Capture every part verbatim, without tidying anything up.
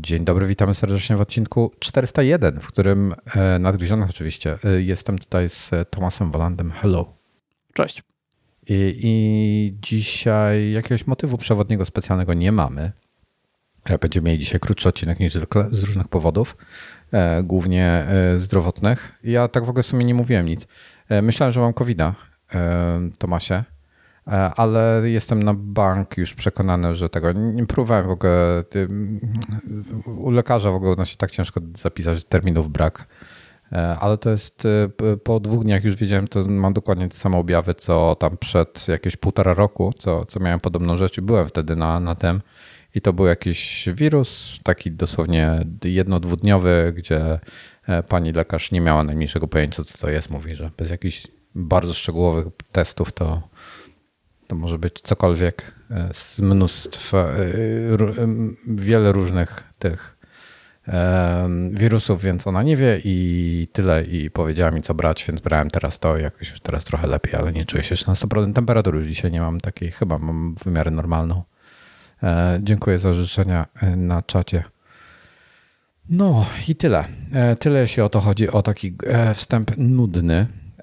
Dzień dobry, witamy serdecznie w odcinku czterysta jeden, w którym e, nadgryzionych oczywiście e, jestem tutaj z Tomasem Wolandem. Hello. Cześć. I, I dzisiaj jakiegoś motywu przewodniego specjalnego nie mamy. Będziemy mieli dzisiaj krótszy odcinek niż zwykle z różnych powodów, e, głównie e, zdrowotnych. Ja tak w ogóle w sumie nie mówiłem nic. E, myślałem, że mam kowida, e, Tomasie. Ale jestem na bank już przekonany, że tego nie próbowałem w ogóle. U lekarza w ogóle no się tak ciężko zapisać, że terminów brak. Ale to jest po dwóch dniach już wiedziałem, to mam dokładnie te same objawy, co tam przed jakieś półtora roku, co, co miałem podobną rzecz. Byłem wtedy na, na tym i to był jakiś wirus, taki dosłownie jedno-dwudniowy, gdzie pani lekarz nie miała najmniejszego pojęcia, co to jest. Mówi, że bez jakichś bardzo szczegółowych testów to To może być cokolwiek z mnóstwa, wiele różnych tych wirusów, więc ona nie wie i tyle. I powiedziała mi, co brać, więc brałem teraz to i jakoś już teraz trochę lepiej, ale nie czuję się jeszcze na sto procent temperatury. Już dzisiaj nie mam takiej, chyba mam w miarę normalną. Dziękuję za życzenia na czacie. No i tyle. Tyle jeśli o to chodzi, o taki wstęp nudny.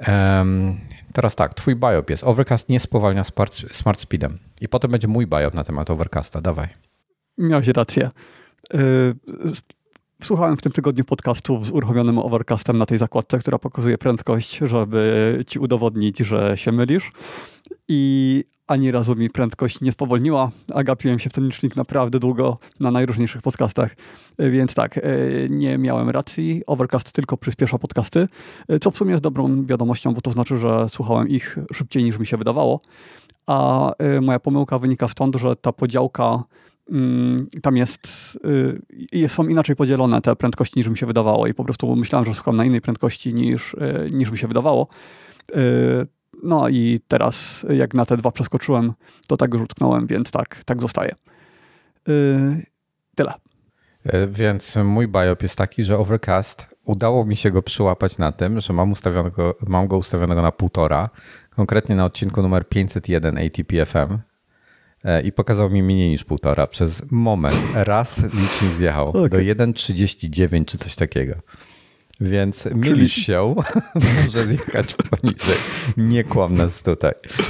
Teraz tak, twój biop jest. Overcast nie spowalnia smart speedem. I potem będzie mój biop na temat Overcasta. Dawaj. Miałeś rację. Słuchałem w tym tygodniu podcastów z uruchomionym Overcastem na tej zakładce, która pokazuje prędkość, żeby ci udowodnić, że się mylisz. I ani razu mi prędkość nie spowolniła, a gapiłem się w ten licznik naprawdę długo na najróżniejszych podcastach. Więc tak, nie miałem racji. Overcast tylko przyspiesza podcasty, co w sumie jest dobrą wiadomością, bo to znaczy, że słuchałem ich szybciej niż mi się wydawało. A moja pomyłka wynika stąd, że ta podziałka tam jest, są inaczej podzielone te prędkości niż mi się wydawało i po prostu myślałem, że słucham na innej prędkości niż, niż mi się wydawało. No i teraz jak na te dwa przeskoczyłem, to tak już utknąłem, więc tak, tak zostaje. Tyle. Więc mój biop jest taki, że Overcast udało mi się go przyłapać na tym, że mam, ustawionego, mam go ustawionego na półtora, konkretnie na odcinku numer pięćset jeden A T P F M i pokazał mi mniej niż półtora. Przez moment raz licznik zjechał okay. do jeden trzydzieści dziewięć czy coś takiego. Więc mylisz się, może zjechać poniżej. Nie kłam nas tutaj.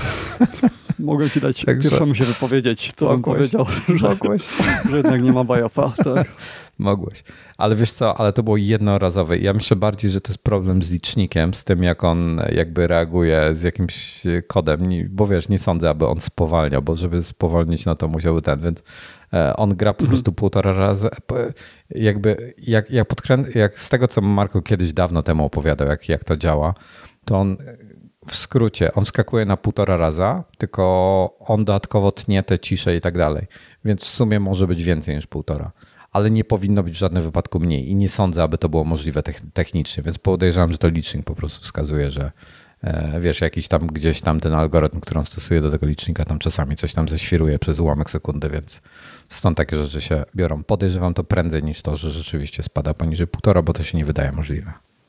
Mogę ci dać Także... pierwszemu się wypowiedzieć, co bym powiedział, że, Mogłeś. że jednak nie ma biopa. Tak. Mogłeś. Ale wiesz co, ale to było jednorazowe. Ja myślę bardziej, że to jest problem z licznikiem, z tym jak on jakby reaguje z jakimś kodem, bo wiesz, nie sądzę, aby on spowalniał, bo żeby spowolnić, no to musiałby ten, więc on gra po mhm. prostu półtora razy. Jakby jak, jak, podkrę... jak z tego, co Marko kiedyś dawno temu opowiadał, jak, jak to działa, to on w skrócie, on skakuje na półtora raza, tylko on dodatkowo tnie te cisze i tak dalej. Więc w sumie może być więcej niż półtora. Ale nie powinno być w żadnym wypadku mniej i nie sądzę, aby to było możliwe technicznie, więc podejrzewam, że to licznik po prostu wskazuje, że e, wiesz, jakiś tam gdzieś tam ten algorytm, który on stosuje do tego licznika, tam czasami coś tam zeświruje przez ułamek sekundy, więc stąd takie rzeczy się biorą. Podejrzewam to prędzej niż to, że rzeczywiście spada poniżej półtora, bo to się nie wydaje możliwe.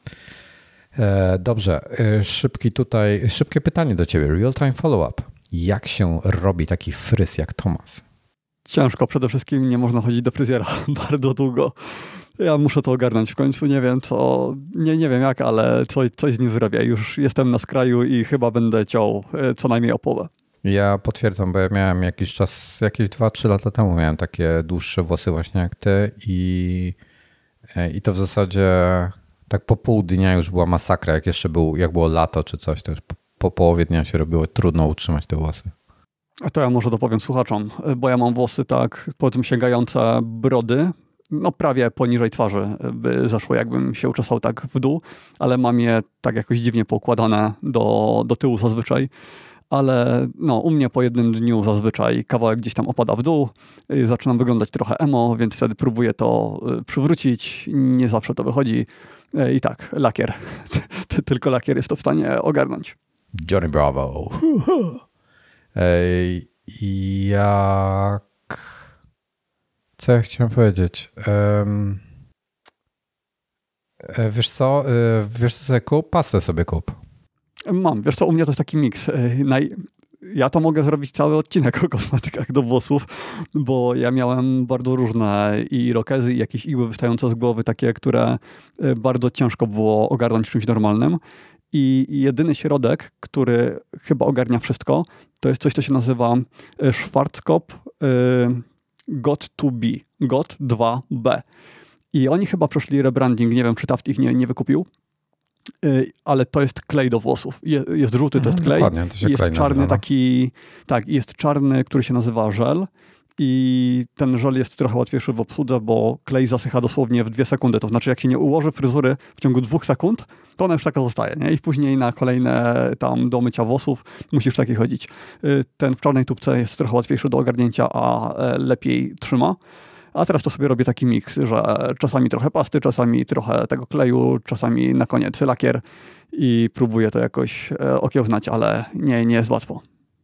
E, dobrze, e, szybki tutaj, szybkie pytanie do ciebie, real-time follow-up. Jak się robi taki fryz jak Tomas? Ciężko, przede wszystkim nie można chodzić do fryzjera bardzo długo. Ja muszę to ogarnąć w końcu, nie wiem co, nie, nie wiem jak, ale coś, coś z nim zrobię. Już jestem na skraju i chyba będę ciął co najmniej o połowę. Ja potwierdzam, bo ja miałem jakiś czas, jakieś dwa trzy lata temu miałem takie dłuższe włosy właśnie jak ty i, i to w zasadzie tak po pół dnia już była masakra, jak jeszcze był, jak było lato czy coś, to już po, po połowie dnia się robiło trudno utrzymać te włosy. A to ja może dopowiem słuchaczom, bo ja mam włosy tak, powiedzmy sięgające brody, no prawie poniżej twarzy by zaszło, jakbym się uczesał tak w dół, ale mam je tak jakoś dziwnie poukładane do, do tyłu zazwyczaj, ale no u mnie po jednym dniu zazwyczaj kawałek gdzieś tam opada w dół, zaczynam wyglądać trochę emo, więc wtedy próbuję to przywrócić, nie zawsze to wychodzi i tak, lakier, tylko lakier jest to w stanie ogarnąć. Johnny Bravo. Jak... Co ja chciałem powiedzieć? Um, wiesz co? Wiesz co sobie kup? Pastę sobie kup. Mam. Wiesz co? U mnie to jest taki miks. Naj... ja to mogę zrobić cały odcinek o kosmetykach do włosów, bo ja miałem bardzo różne i irokezy, i jakieś igły wystające z głowy, takie, które bardzo ciężko było ogarnąć czymś normalnym. I jedyny środek, który chyba ogarnia wszystko, to jest coś, co się nazywa Schwarzkopf got to be, got dwa B. I oni chyba przeszli rebranding, nie wiem, czy Taft ich nie, nie wykupił, ale to jest klej do włosów. Jest żółty, to jest klej. Dokładnie, to się jest klej czarny nazywa. taki, tak, jest czarny, który się nazywa żel. I ten żel jest trochę łatwiejszy w obsłudze, bo klej zasycha dosłownie w dwie sekundy. To znaczy, jak się nie ułoży fryzury w ciągu dwóch sekund, to ona już taka zostaje, nie? I później na kolejne tam do mycia włosów musisz taki chodzić. Ten w czarnej tubce jest trochę łatwiejszy do ogarnięcia, a lepiej trzyma. A teraz to sobie robię taki miks, że czasami trochę pasty, czasami trochę tego kleju, czasami na koniec lakier i próbuję to jakoś okiełznać, ale nie, nie jest łatwo.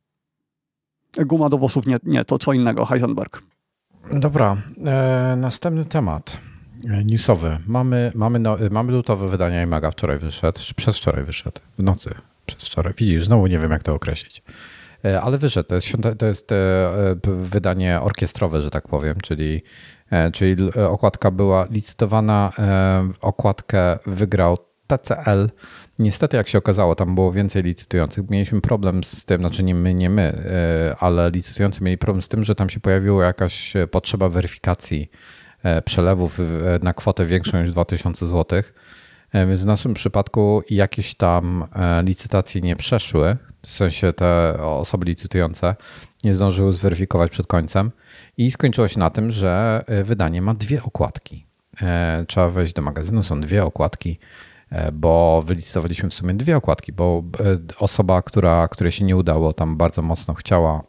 Guma do włosów nie, nie, to co innego, Heisenberg. Dobra, e, następny temat. Newsowy. Mamy, mamy, no, mamy lutowe wydanie iMaga, wczoraj wyszedł, czy przez wczoraj wyszedł, w nocy, przez wczoraj. Widzisz, znowu nie wiem, jak to określić. E, ale wyszedł, to jest, to jest e, wydanie orkiestrowe, że tak powiem, czyli, e, czyli okładka była licytowana, e, okładkę wygrał T C L. Niestety, jak się okazało, tam było więcej licytujących. Mieliśmy problem z tym, znaczy nie my, nie my, ale licytujący mieli problem z tym, że tam się pojawiła jakaś potrzeba weryfikacji przelewów na kwotę większą niż dwa tysiące złotych. Więc w naszym przypadku jakieś tam licytacje nie przeszły, w sensie te osoby licytujące nie zdążyły zweryfikować przed końcem i skończyło się na tym, że wydanie ma dwie okładki. Trzeba wejść do magazynu, są dwie okładki, bo wylicytowaliśmy w sumie dwie okładki, bo osoba, która, której się nie udało, tam bardzo mocno chciała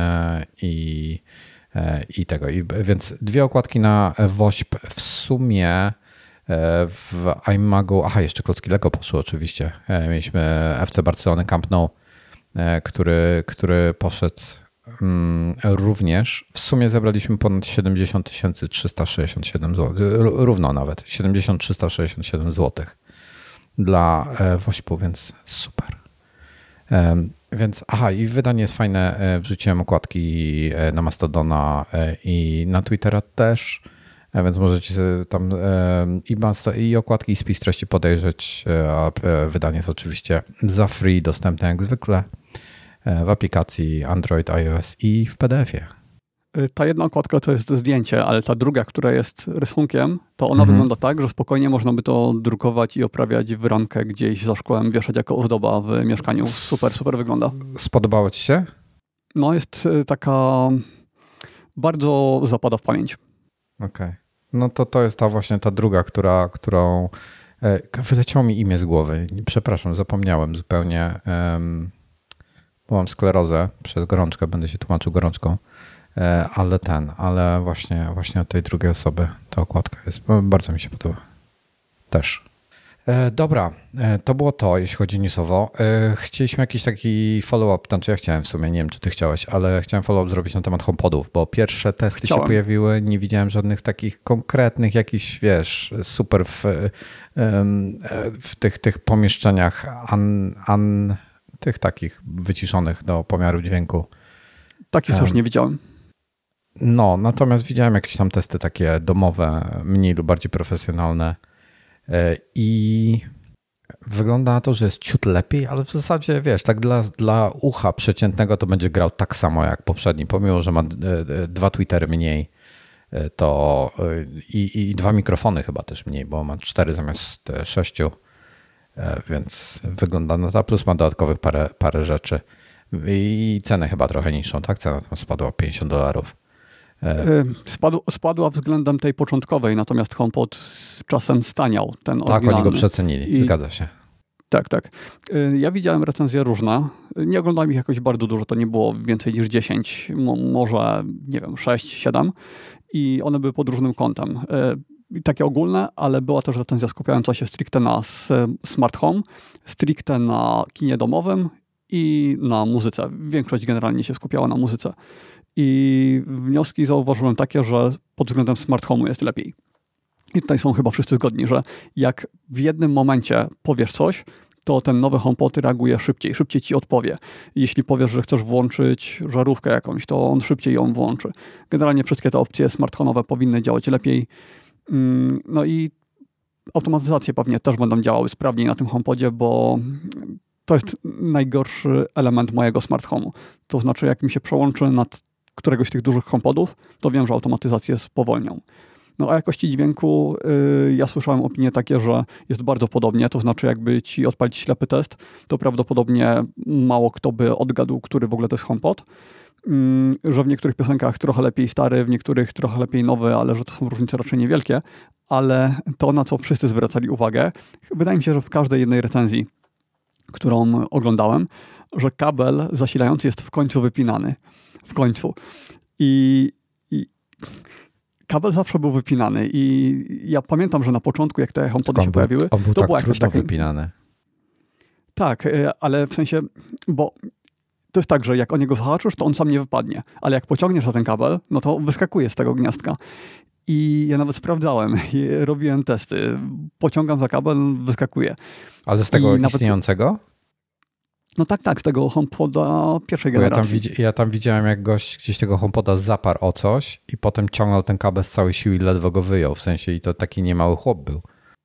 i, i tego. I, więc dwie okładki na WOŚP w sumie w iMagu, aha, jeszcze klocki Lego poszły oczywiście. Mieliśmy F C Barcelony Camp Nou, który, który poszedł również. W sumie zebraliśmy ponad siedemdziesiąt tysięcy trzysta sześćdziesiąt siedem złotych, równo nawet, siedemdziesiąt tysięcy trzysta sześćdziesiąt siedem złotych dla WOŚP-u, więc super. Więc aha, i wydanie jest fajne. Wrzuciłem okładki na Mastodona i na Twittera też, więc możecie tam i, masto, i okładki i spis treści podejrzeć, a wydanie jest oczywiście za free, dostępne jak zwykle w aplikacji Android, iOS i w P D F-ie. Ta jedna okładka to jest zdjęcie, ale ta druga, która jest rysunkiem, to ona mhm. wygląda tak, że spokojnie można by to drukować i oprawiać w ramkę gdzieś za szkłem, wieszać jako ozdoba w mieszkaniu. Super, super wygląda. Spodobało ci się? No jest taka... bardzo zapada w pamięć. Okej. Okay. No to to jest ta właśnie ta druga, która, którą... Wyleciało mi imię z głowy. Przepraszam, zapomniałem zupełnie. Bo mam sklerozę przez gorączkę, będę się tłumaczył gorączką. Ale ten, ale właśnie, właśnie od tej drugiej osoby ta okładka jest, bardzo mi się podoba. Też. Dobra, to było to, jeśli chodzi newsowo. Chcieliśmy jakiś taki follow-up, znaczy ja chciałem w sumie, nie wiem czy ty chciałeś, ale chciałem follow-up zrobić na temat HomePodów, bo pierwsze testy chciałem. się pojawiły, nie widziałem żadnych takich konkretnych jakichś, wiesz, super w, w tych, tych pomieszczeniach, an, an, tych takich wyciszonych do pomiaru dźwięku. Takich też nie widziałem. No, natomiast widziałem jakieś tam testy takie domowe, mniej lub bardziej profesjonalne i wygląda na to, że jest ciut lepiej, ale w zasadzie, wiesz, tak dla, dla ucha przeciętnego to będzie grał tak samo jak poprzedni, pomimo, że ma dwa Twittery mniej to i, i dwa mikrofony chyba też mniej, bo ma cztery zamiast sześciu, więc wygląda na to, plus ma dodatkowych parę, parę rzeczy i cenę chyba trochę niższą, tak? Cena tam spadła o pięćdziesiąt dolarów. Spadł, spadła względem tej początkowej, natomiast HomePod czasem staniał, ten tak, oryginalny. oni go przecenili, I, zgadza się. Tak, tak. Ja widziałem recenzje różne. Nie oglądałem ich jakoś bardzo dużo, to nie było więcej niż dziesięć, może, nie wiem, sześć, siedem i one były pod różnym kątem. Takie ogólne, ale była też recenzja skupiająca się stricte na smart home, stricte na kinie domowym i na muzyce. Większość generalnie się skupiała na muzyce. I wnioski zauważyłem takie, że pod względem smart home'u jest lepiej. I tutaj są chyba wszyscy zgodni, że jak w jednym momencie powiesz coś, to ten nowy HomePod reaguje szybciej, szybciej ci odpowie. Jeśli powiesz, że chcesz włączyć żarówkę jakąś, to on szybciej ją włączy. Generalnie wszystkie te opcje smartfonowe powinny działać lepiej. No i automatyzacje pewnie też będą działały sprawniej na tym HomePodzie, bo to jest najgorszy element mojego smart home'u. To znaczy, jak mi się przełączy na któregoś z tych dużych HomePodów, to wiem, że automatyzacje spowolnią. No o jakości dźwięku yy, ja słyszałem opinie takie, że jest bardzo podobnie, to znaczy jakby ci odpalić ślepy test, to prawdopodobnie mało kto by odgadł, który w ogóle to jest HomePod. Yy, że w niektórych piosenkach trochę lepiej stary, w niektórych trochę lepiej nowy, ale że to są różnice raczej niewielkie. Ale to, na co wszyscy zwracali uwagę, wydaje mi się, że w każdej jednej recenzji, którą oglądałem, że kabel zasilający jest w końcu wypinany. W końcu. I, i kabel zawsze był wypinany i ja pamiętam, że na początku, jak te HomePody się pojawiły, on był to tak było trudno takie... wypinany. Tak, ale w sensie, bo to jest tak, że jak o niego zahaczysz, to on sam nie wypadnie, ale jak pociągniesz za ten kabel, no to wyskakuje z tego gniazdka. I ja nawet sprawdzałem, robiłem testy, pociągam za kabel, wyskakuje. Ale z tego I istniejącego? Nawet... No tak, tak, z tego HomePoda pierwszej Bo generacji. Ja tam, ja tam widziałem, jak gość gdzieś tego HomePoda zaparł o coś i potem ciągnął ten kabel z całej siły i ledwo go wyjął. W sensie i to taki niemały chłop był.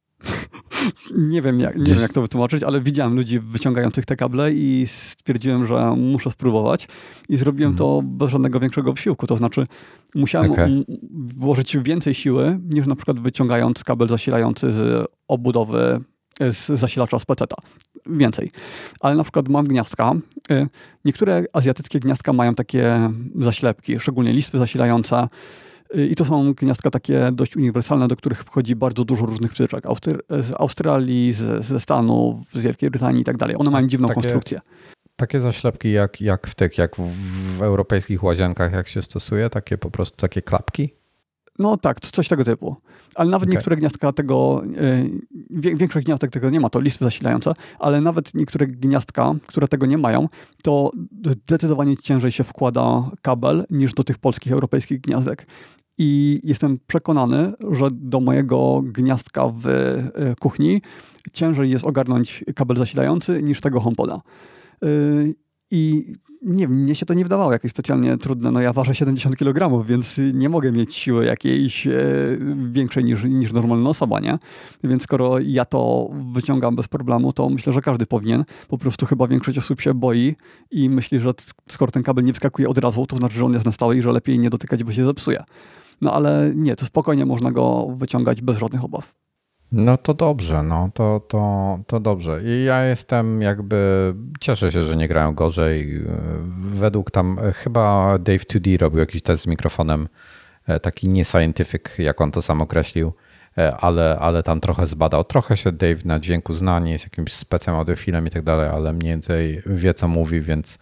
nie wiem, jak, nie wiem, jak to wytłumaczyć, ale widziałem ludzi wyciągających te kable i stwierdziłem, że muszę spróbować i zrobiłem hmm. to bez żadnego większego wysiłku. To znaczy musiałem okay. włożyć więcej siły niż na przykład wyciągając kabel zasilający z obudowy, z zasilacza z peceta. Więcej. Ale na przykład mam gniazdka. Niektóre azjatyckie gniazdka mają takie zaślepki, szczególnie listwy zasilające. I to są gniazdka takie dość uniwersalne, do których wchodzi bardzo dużo różnych wtyczek. Austry- z Australii, z, ze Stanów, z Wielkiej Brytanii i tak dalej. One mają dziwną takie, konstrukcję. Takie zaślepki jak, jak w tych, jak w, w europejskich łazienkach, jak się stosuje? Takie po prostu takie klapki? No tak, coś tego typu. Ale nawet okay. niektóre gniazdka tego, yy, większość gniazdek tego nie ma, to listwy zasilające, ale nawet niektóre gniazdka, które tego nie mają, to zdecydowanie ciężej się wkłada kabel niż do tych polskich, europejskich gniazdek. I jestem przekonany, że do mojego gniazdka w kuchni ciężej jest ogarnąć kabel zasilający niż tego HomePoda. Yy, I nie wiem, mnie się to nie wydawało jakieś specjalnie trudne. No ja ważę siedemdziesiąt kilogramów, więc nie mogę mieć siły jakiejś e, większej niż, niż normalna osoba, nie? Więc skoro ja to wyciągam bez problemu, to myślę, że każdy powinien. Po prostu chyba większość osób się boi i myśli, że skoro ten kabel nie wskakuje od razu, to znaczy, że on jest na stałe i że lepiej nie dotykać, bo się zepsuje. No ale nie, to spokojnie można go wyciągać bez żadnych obaw. No to dobrze, no to, to, to dobrze. I ja jestem jakby, cieszę się, że nie grają gorzej. Według tam chyba Dave two D robił jakiś test z mikrofonem, taki nie-scientific, jak on to sam określił, ale, ale tam trochę zbadał. Trochę się Dave na dźwięku zna, nie jest jakimś specem, audiofilem i tak dalej, ale mniej więcej wie, co mówi, więc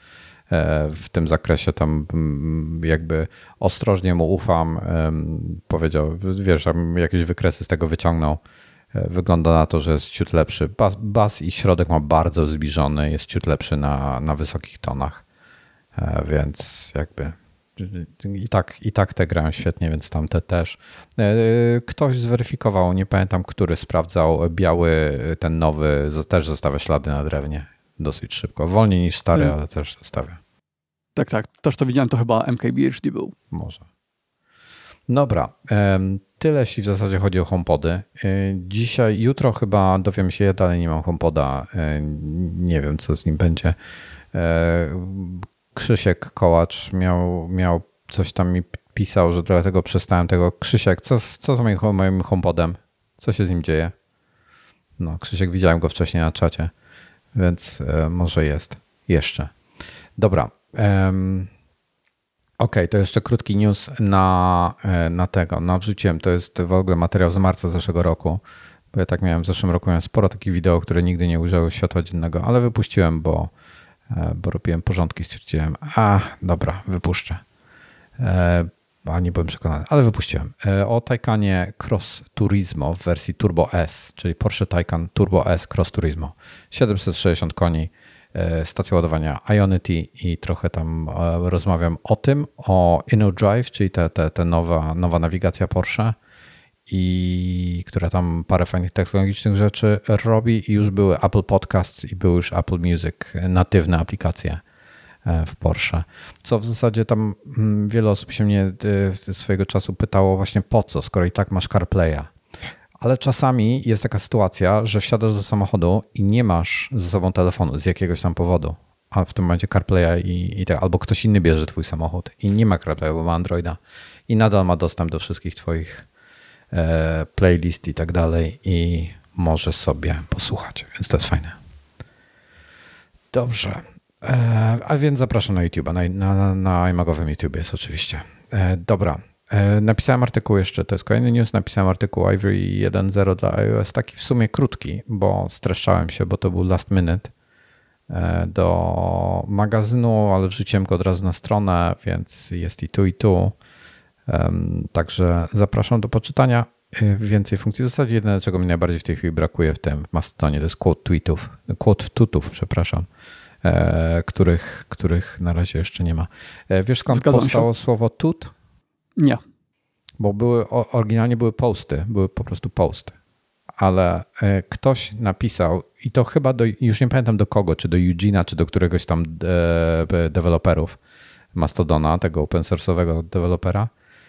w tym zakresie tam jakby ostrożnie mu ufam. Powiedział, wiesz, jakieś wykresy z tego wyciągnął. Wygląda na to, że jest ciut lepszy. Bas, bas i środek ma bardzo zbliżony, jest ciut lepszy na, na wysokich tonach, więc jakby i tak, i tak te grają świetnie, więc tamte też. Ktoś zweryfikował, nie pamiętam, który sprawdzał, biały, ten nowy też zostawia ślady na drewnie dosyć szybko. Wolniej niż stary, hmm. ale też zostawia. Tak, tak. Też to widziałem, to chyba M K B H D był. Może. Dobra. Tyle, jeśli w zasadzie chodzi o HomePody. Dzisiaj, jutro chyba dowiem się, ja dalej nie mam HomePoda. Nie wiem, co z nim będzie. Krzysiek Kołacz miał, miał coś tam mi pisał, że dlatego przestałem tego. Krzysiek, co, co z moim, moim HomePodem? Co się z nim dzieje? No, Krzysiek, widziałem go wcześniej na czacie, więc może jest. Jeszcze. Dobra. Um, Okej, okay, to jeszcze krótki news na, na tego. No, wrzuciłem, to jest w ogóle materiał z marca zeszłego roku, bo ja tak miałem w zeszłym roku, miałem sporo takich wideo, które nigdy nie ujrzały światła dziennego, ale wypuściłem, bo, bo robiłem porządki, stwierdziłem, a dobra, wypuszczę. A nie byłem przekonany, ale wypuściłem. O Taycanie Cross Turismo w wersji Turbo S, czyli Porsche Taycan Turbo S Cross Turismo. siedemset sześćdziesiąt koni, stacja ładowania Ionity i trochę tam rozmawiam o tym, o InnoDrive, czyli ta te, te nowa, nowa nawigacja Porsche i która tam parę fajnych technologicznych rzeczy robi i już były Apple Podcasts i były już Apple Music, natywne aplikacje w Porsche. Co w zasadzie tam wiele osób się mnie swojego czasu pytało właśnie po co, skoro i tak masz CarPlaya. Ale czasami jest taka sytuacja, że wsiadasz do samochodu i nie masz ze sobą telefonu z jakiegoś tam powodu, a w tym momencie CarPlaya i, i tak, albo ktoś inny bierze twój samochód i nie ma CarPlaya, bo ma Androida i nadal ma dostęp do wszystkich twoich e, playlist i tak dalej i może sobie posłuchać, więc to jest fajne. Dobrze. E, a więc zapraszam na YouTube'a, na, na, na iMagowym YouTube jest oczywiście. E, dobra. E, napisałem artykuł jeszcze, to jest kolejny news, napisałem artykuł Ivory jeden zero dla iOS, taki w sumie krótki, bo streszczałem się, bo to był last minute e, do magazynu, ale wrzuciłem go od razu na stronę, więc jest i tu, i tu. E, także zapraszam do poczytania. E, więcej funkcji. W zasadzie jedyne, czego mi najbardziej w tej chwili brakuje w tym w Mastodonie, to jest quote tweetów, quote tutów, przepraszam. Których, których na razie jeszcze nie ma. Wiesz skąd Zgadzam powstało się. Słowo tut? Nie. Bo były, oryginalnie były posty, były po prostu post, ale ktoś napisał i to chyba do, już nie pamiętam do kogo, czy do Eugena, czy do któregoś tam de, deweloperów Mastodona, tego open source'owego dewelopera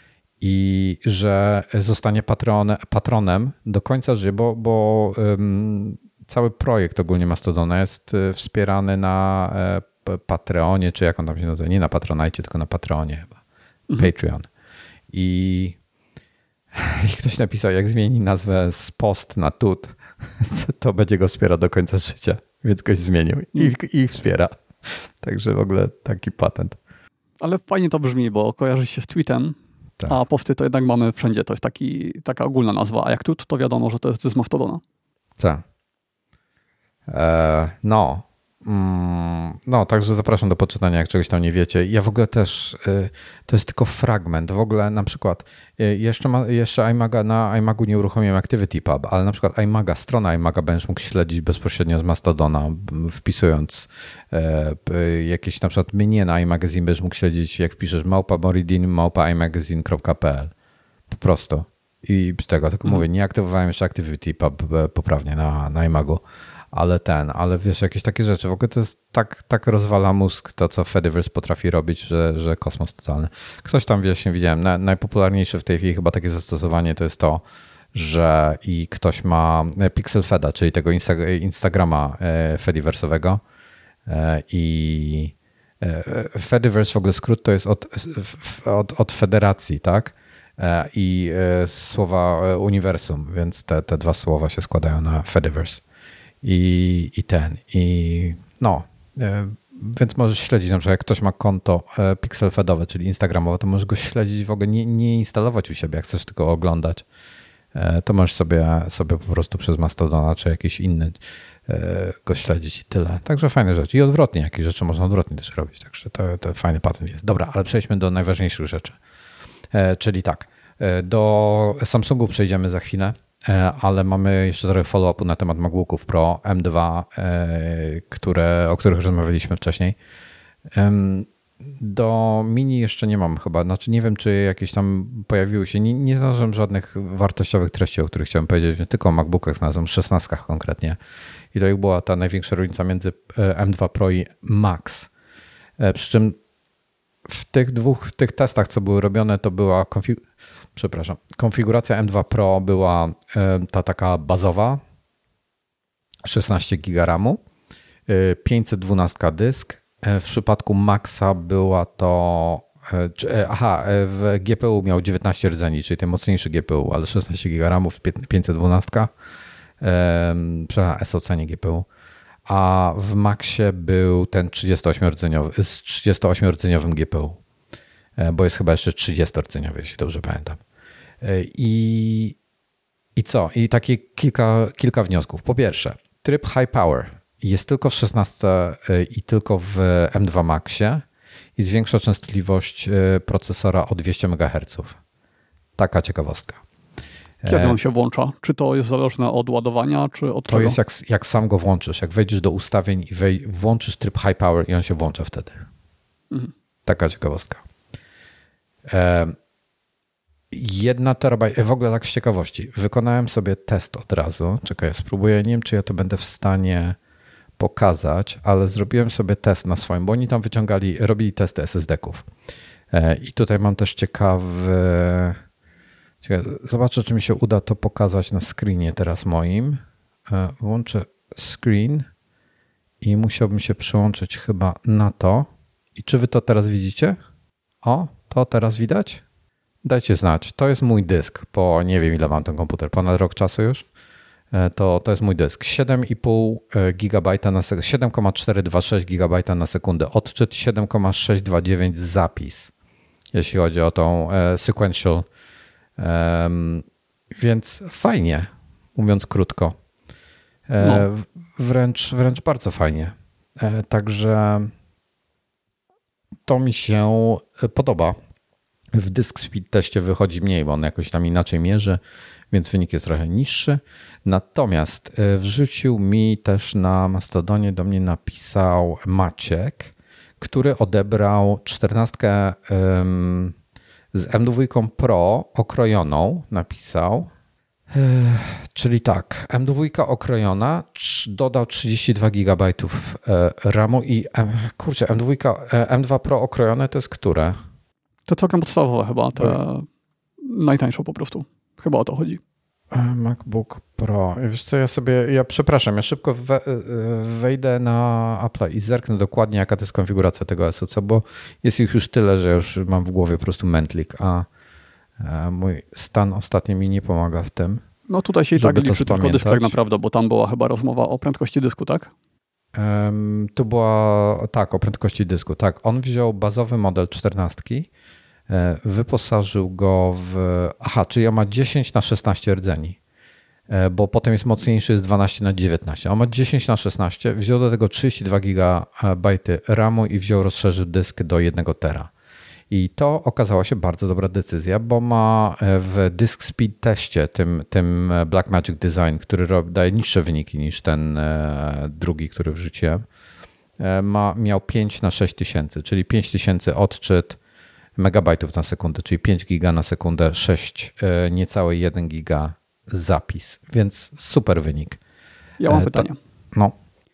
i że zostanie patron, patronem do końca życia, bo, bo um, cały projekt ogólnie Mastodona jest wspierany na Patreonie, czy jak on tam się nazywa, nie na Patronite, tylko na Patreonie chyba, mhm. Patreon. I, I ktoś napisał, jak zmieni nazwę z post na tut, to będzie go wspierał do końca życia, więc ktoś zmienił i, i ich wspiera. Także w ogóle taki patent. Ale fajnie to brzmi, bo kojarzy się z tweetem, tak. A posty to jednak mamy wszędzie, to jest taki, taka ogólna nazwa, a jak tut, to wiadomo, że to jest z Mastodona. Tak. No, no, także zapraszam do poczytania, jak czegoś tam nie wiecie. Ja w ogóle też, to jest tylko fragment. W ogóle na przykład jeszcze, ma, jeszcze iMaga, na iMagu nie uruchomiłem ActivityPub, ale na przykład iMaga, strona iMaga będziesz mógł śledzić bezpośrednio z Mastodona, wpisując jakieś na przykład mnie na iMagazine będziesz mógł śledzić, jak wpiszesz małpa moridin małpa imagazine kropka p l. Po prostu. I z tego tylko mm. mówię, nie aktywowałem jeszcze ActivityPub poprawnie na, na iMagu. Ale ten, ale wiesz, jakieś takie rzeczy. W ogóle to jest tak, tak rozwala mózg to, co Fediverse potrafi robić, że, że kosmos totalny. Ktoś tam, wiesz, nie widziałem. Na, najpopularniejsze w tej chwili chyba takie zastosowanie to jest to, że i ktoś ma Pixel Feda, czyli tego Insta- Instagrama Fediverse'owego i Fediverse w ogóle skrót to jest od, od, od federacji, tak? I słowa uniwersum, więc te, te dwa słowa się składają na Fediverse. I, i ten, i no, więc możesz śledzić, na przykład jak ktoś ma konto pixelfedowe, czyli instagramowe, to możesz go śledzić, w ogóle nie, nie instalować u siebie, jak chcesz tylko oglądać, to możesz sobie, sobie po prostu przez Mastodona czy jakiś inny go śledzić i tyle. Także fajne rzeczy. I odwrotnie, jakieś rzeczy można odwrotnie też robić, także to, to fajny patent jest. Dobra, ale przejdźmy do najważniejszych rzeczy, czyli tak, do Samsungu przejdziemy za chwilę. Ale mamy jeszcze trochę follow-upu na temat MacBooków Pro M dwa, które, o których rozmawialiśmy wcześniej. Do mini jeszcze nie mam chyba, znaczy nie wiem, czy jakieś tam pojawiły się, nie, nie znalazłem żadnych wartościowych treści, o których chciałem powiedzieć, więc tylko o MacBookach znalazłem, szesnastkach konkretnie. I to była ta największa różnica między M dwa Pro i Max. Przy czym w tych dwóch, w tych testach, co były robione, to była konfig- Przepraszam. Konfiguracja M dwa Pro była ta taka bazowa, szesnaście giga ramu, pięćset dwanaście dysk. W przypadku Maxa była to, aha, w G P U miał dziewiętnaście rdzeni, czyli ten mocniejszy G P U, ale szesnaście giga ramu, pięćset dwanaście, przepraszam, S O C, nie G P U. A w Maxie był ten trzydziestoośmiordzeniowy, z trzydziestoośmiordzeniowym G P U. Bo jest chyba jeszcze trzydziestorodzeniowy, jeśli dobrze pamiętam. I, i co? I takie kilka, kilka wniosków. Po pierwsze, tryb High Power jest tylko w szesnastce i tylko w M dwa Maxie i zwiększa częstotliwość procesora o dwieście megaherców. Taka ciekawostka. Kiedy on się włącza? Czy to jest zależne od ładowania, czy od To czego? jest jak, jak sam go włączysz. Jak wejdziesz do ustawień i wej, włączysz tryb High Power i on się włącza wtedy. Mhm. Taka ciekawostka. jedna terabajta, w ogóle tak z ciekawości, wykonałem sobie test od razu. Czekaj, spróbuję, nie wiem, czy ja to będę w stanie pokazać, ale zrobiłem sobie test na swoim, bo oni tam wyciągali, robili testy S S D-ków. I tutaj mam też ciekawy, ciekawy, zobaczę, czy mi się uda to pokazać na screenie teraz moim. Włączę screen i musiałbym się przyłączyć chyba na to. I czy wy to teraz widzicie? O, to teraz widać? Dajcie znać. To jest mój dysk, bo nie wiem, ile mam ten komputer, ponad rok czasu już. To, to jest mój dysk. siedem i pół gigabajta na sekundę, siedem przecinek czterysta dwa sześć gigabajta na sekundę. Odczyt siedem przecinek sześć dwa dziewięć zapis, jeśli chodzi o tą e, sequential. Um, więc fajnie, mówiąc krótko. E, no. wręcz, wręcz bardzo fajnie. E, także to mi się podoba. W Disk Speed teście wychodzi mniej, bo on jakoś tam inaczej mierzy, więc wynik jest trochę niższy. Natomiast wrzucił mi też na Mastodonie, do mnie napisał Maciek, który odebrał czternastkę um, z M dwa Pro okrojoną, napisał. Czyli tak, M dwa okrojona, dodał trzydzieści dwa gigabajtów ramu i kurczę, M dwa, M dwa Pro okrojone to jest które? To całkiem podstawowe chyba, te najtańszą po prostu. Chyba o to chodzi. MacBook Pro. Wiesz co, ja sobie, ja przepraszam, ja szybko we, wejdę na Apple i zerknę dokładnie, jaka to jest konfiguracja tego S O C, bo jest ich już tyle, że już mam w głowie po prostu mętlik, a mój stan ostatnio mi nie pomaga w tym. No tutaj się i tak liczy tylko dysk tak naprawdę, bo tam była chyba rozmowa o prędkości dysku, tak? Um, tu była, tak, o prędkości dysku. Tak, on wziął bazowy model czternastki, wyposażył go w... Aha, czyli on ma dziesięć na szesnaście rdzeni, bo potem jest mocniejszy, jest dwanaście na dziewiętnaście. On ma dziesięć na szesnaście, wziął do tego trzydzieści dwa gigabajty ramu i wziął, rozszerzył dysk do jednego tera. I to okazała się bardzo dobra decyzja, bo ma w Disk Speed teście, tym, tym Blackmagic Design, który daje niższe wyniki niż ten drugi, który wrzuciłem, ma, miał pięć na sześć tysięcy, czyli pięć tysięcy odczyt megabajtów na sekundę, czyli pięć giga na sekundę, sześć, niecałe jeden giga zapis, więc super wynik. Ja mam pytanie. To, no.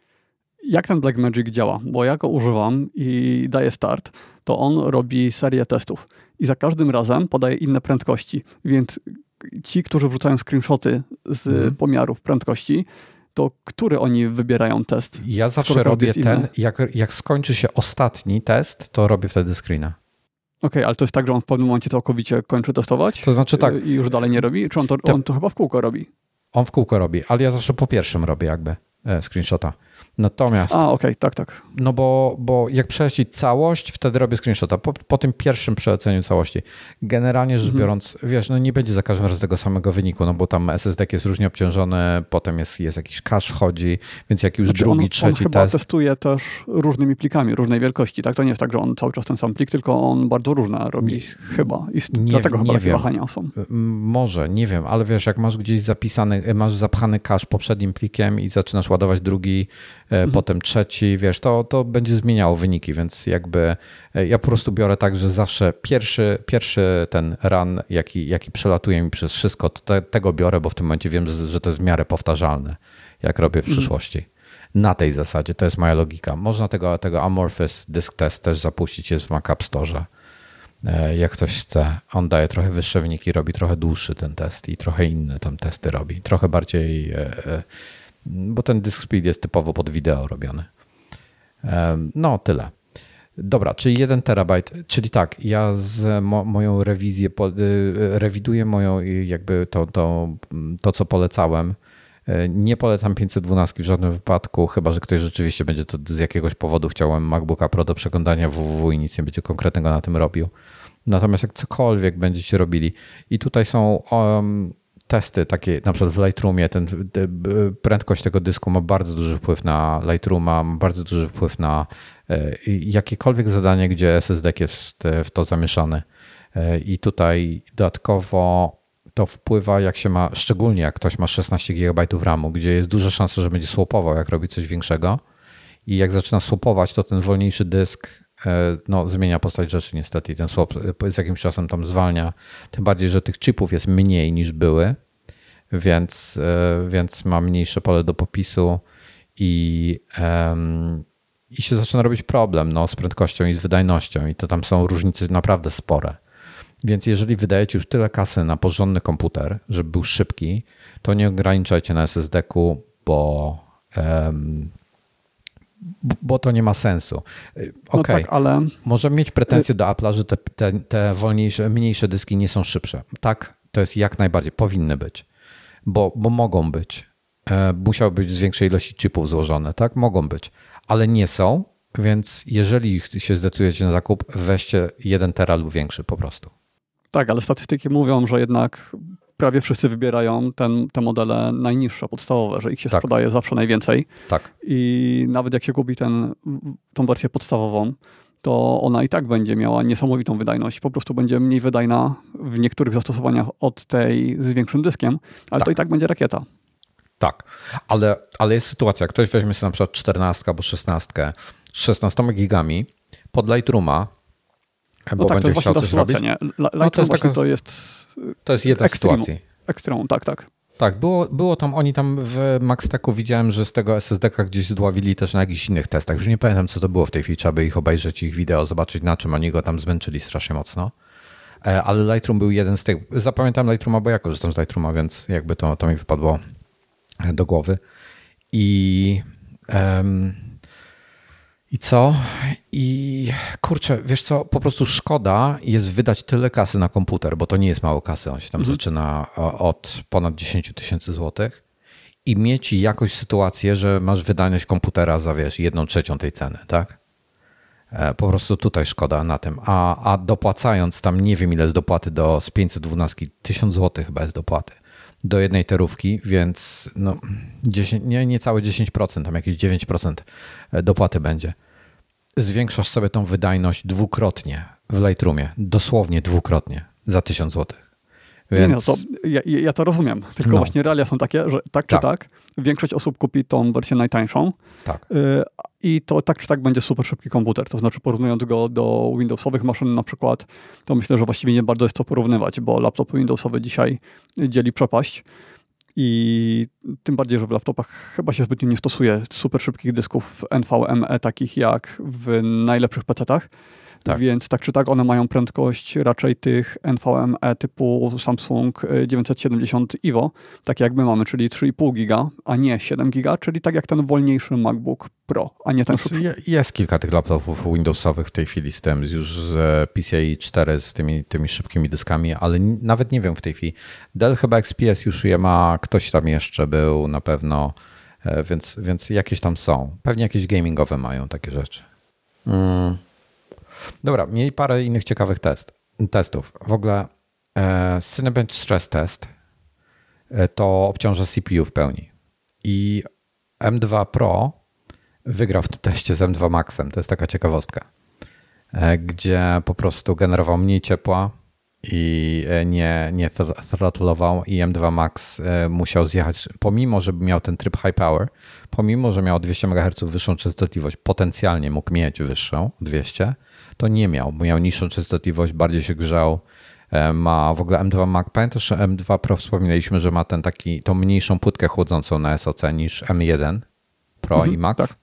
Jak ten Blackmagic działa? Bo ja go używam i daję start, to on robi serię testów i za każdym razem podaje inne prędkości, więc ci, którzy wrzucają screenshoty z hmm. pomiarów prędkości, to który oni wybierają test? Ja zawsze robię ten, jak, jak skończy się ostatni test, to robię wtedy screena. Okej, okay, ale to jest tak, że on w pewnym momencie całkowicie kończy testować? To znaczy tak. I już dalej nie robi? Czy on to, to, on to chyba w kółko robi? On w kółko robi, ale ja zawsze po pierwszym robię jakby e, screenshota. Natomiast... A, okej, okay, tak, tak. No bo, bo jak przelecić całość, wtedy robię screenshota. Po, po tym pierwszym przeleceniu całości. Generalnie rzecz mhm. biorąc, wiesz, no nie będzie za każdym razem tego samego wyniku, no bo tam S S D jest różnie obciążony, potem jest, jest jakiś cache wchodzi, więc jak już znaczy drugi, on, trzeci on test... chyba testuje też różnymi plikami, różnej wielkości, tak? To nie jest tak, że on cały czas ten sam plik, tylko on bardzo różne robi nie, chyba i nie, dlatego nie chyba takie wahania są. Może, nie wiem, ale wiesz, jak masz gdzieś zapisany, masz zapchany cache poprzednim plikiem i zaczynasz ładować drugi, mhm. potem trzeci, wiesz, to, to będzie zmieniało wyniki, więc jakby ja po prostu biorę tak, że zawsze pierwszy, pierwszy ten run, jaki, jaki przelatuje mi przez wszystko, to te, tego biorę, bo w tym momencie wiem, że, że to jest w miarę powtarzalne, jak robię w przyszłości. Mm. Na tej zasadzie, to jest moja logika. Można tego, tego Amorphous Disk Test też zapuścić, jest w Mac App Store, jak ktoś chce. On daje trochę wyższe wyniki, robi trochę dłuższy ten test i trochę inne tam testy robi. Trochę bardziej, bo ten Disk Speed jest typowo pod wideo robiony. No, tyle. Dobra, czyli jeden terabajt, czyli tak, ja z mo, moją rewizję, rewiduję moją jakby to, to, to, co polecałem. Nie polecam pięćset dwanaście w żadnym wypadku, chyba że ktoś rzeczywiście będzie to z jakiegoś powodu chciał MacBooka Pro do przeglądania www i nic nie będzie konkretnego na tym robił. Natomiast jak cokolwiek będziecie robili i tutaj są um, testy takie, na przykład w Lightroomie, ten, prędkość tego dysku ma bardzo duży wpływ na Lightrooma, ma bardzo duży wpływ na jakiekolwiek zadanie, gdzie S S D jest w to zamieszany. I tutaj dodatkowo to wpływa, jak się ma, szczególnie jak ktoś ma szesnaście gigabajtów ramu, gdzie jest duża szansa, że będzie swapował, jak robi coś większego. I jak zaczyna swapować, to ten wolniejszy dysk no, zmienia postać rzeczy niestety i ten swap z jakimś czasem tam zwalnia. Tym bardziej, że tych chipów jest mniej niż były, więc, więc ma mniejsze pole do popisu i, um, i się zaczyna robić problem no, z prędkością i z wydajnością i to tam są różnice naprawdę spore. Więc jeżeli wydajecie już tyle kasy na porządny komputer, żeby był szybki, to nie ograniczajcie na es es de-ku, bo, um, bo to nie ma sensu. Okej, okay. No tak, ale... Możemy mieć pretensje do Apple'a, że te, te, te wolniejsze, mniejsze dyski nie są szybsze. Tak, to jest jak najbardziej, powinny być, bo, bo mogą być. E, musiały być z większej ilości chipów złożone, tak? Mogą być, ale nie są, więc jeżeli się zdecydujecie na zakup, weźcie jeden tera lub większy po prostu. Tak, ale statystyki mówią, że jednak prawie wszyscy wybierają ten, te modele najniższe, podstawowe, że ich się tak. sprzedaje zawsze najwięcej. Tak. I nawet jak się kupi ten, tą wersję podstawową, to ona i tak będzie miała niesamowitą wydajność. Po prostu będzie mniej wydajna w niektórych zastosowaniach od tej z większym dyskiem, ale tak. to i tak będzie rakieta. Tak, ale, ale jest sytuacja, ktoś weźmie sobie na przykład czternastkę albo szesnastkę z szesnastoma gigami pod Lightrooma, bo no tak, będzie chciał coś robić. Nie? Lightroom no to jest taka, to jest to jest jedna sytuacja. Ekstremum, tak, tak. Tak, było, było tam, oni tam w MaxTechu widziałem, że z tego es es de-ka gdzieś zdławili też na jakichś innych testach. Już nie pamiętam, co to było w tej chwili, trzeba by ich obejrzeć, ich wideo, zobaczyć na czym oni go tam zmęczyli strasznie mocno. Ale Lightroom był jeden z tych, zapamiętam Lightrooma, bo ja korzystam z Lightrooma, więc jakby to, to mi wypadło do głowy. I um, i co? I kurczę, wiesz co, po prostu szkoda jest wydać tyle kasy na komputer, bo to nie jest mało kasy, on się tam mhm. zaczyna od ponad dziesięć tysięcy złotych i mieć jakoś sytuację, że masz wydajność komputera za, wiesz, jedną trzecią tej ceny, tak? Po prostu tutaj szkoda na tym. A, a dopłacając tam, nie wiem ile z dopłaty do z pięćset dwanaście, tysiąc złotych chyba jest dopłaty do jednej terówki, więc no dziesięć, nie, niecałe dziesięć procent, tam jakieś dziewięć procent dopłaty będzie. Zwiększasz sobie tą wydajność dwukrotnie w Lightroomie, dosłownie dwukrotnie za tysiąc złotych. Więc... Nie, no to ja, ja to rozumiem, tylko no. właśnie realia są takie, że tak czy tak. tak, większość osób kupi tą wersję najtańszą tak. y, i to tak czy tak będzie super szybki komputer. To znaczy porównując go do Windowsowych maszyn na przykład, to myślę, że właściwie nie bardzo jest to porównywać, bo laptop Windowsowy dzisiaj dzieli przepaść i tym bardziej, że w laptopach chyba się zbytnio nie stosuje super szybkich dysków N V M e takich jak w najlepszych pecetach. Tak. Więc tak czy tak one mają prędkość raczej tych N V M e typu Samsung dziewięćset siedemdziesiąt I V O, takie jak my mamy, czyli trzy i pół giga, a nie siedem giga, czyli tak jak ten wolniejszy MacBook Pro, a nie ten szybszy. Jest kilka tych laptopów Windowsowych w tej chwili z tym, już z P C I cztery, z tymi, tymi szybkimi dyskami, ale nawet nie wiem w tej chwili. Dell chyba X P S już je ma, ktoś tam jeszcze był na pewno, więc, więc jakieś tam są. Pewnie jakieś gamingowe mają takie rzeczy. Mm. Dobra, mieli parę innych ciekawych test, testów. W ogóle e, Cinebench Stress Test e, to obciąża C P U w pełni. I M dwa Pro wygrał w tym teście z M dwa Maxem. To jest taka ciekawostka, e, gdzie po prostu generował mniej ciepła i nie, nie throttlował i M dwa Max e, musiał zjechać, pomimo, że miał ten tryb high power, pomimo, że miał dwieście megaherców wyższą częstotliwość, potencjalnie mógł mieć wyższą, dwieście, to nie miał, bo miał niższą częstotliwość, bardziej się grzał, ma w ogóle M dwa Max, pamiętasz, że M dwa Pro wspominaliśmy, że ma ten taki, tą mniejszą płytkę chłodzącą na S O C niż M jeden Pro mhm, i Max, tak.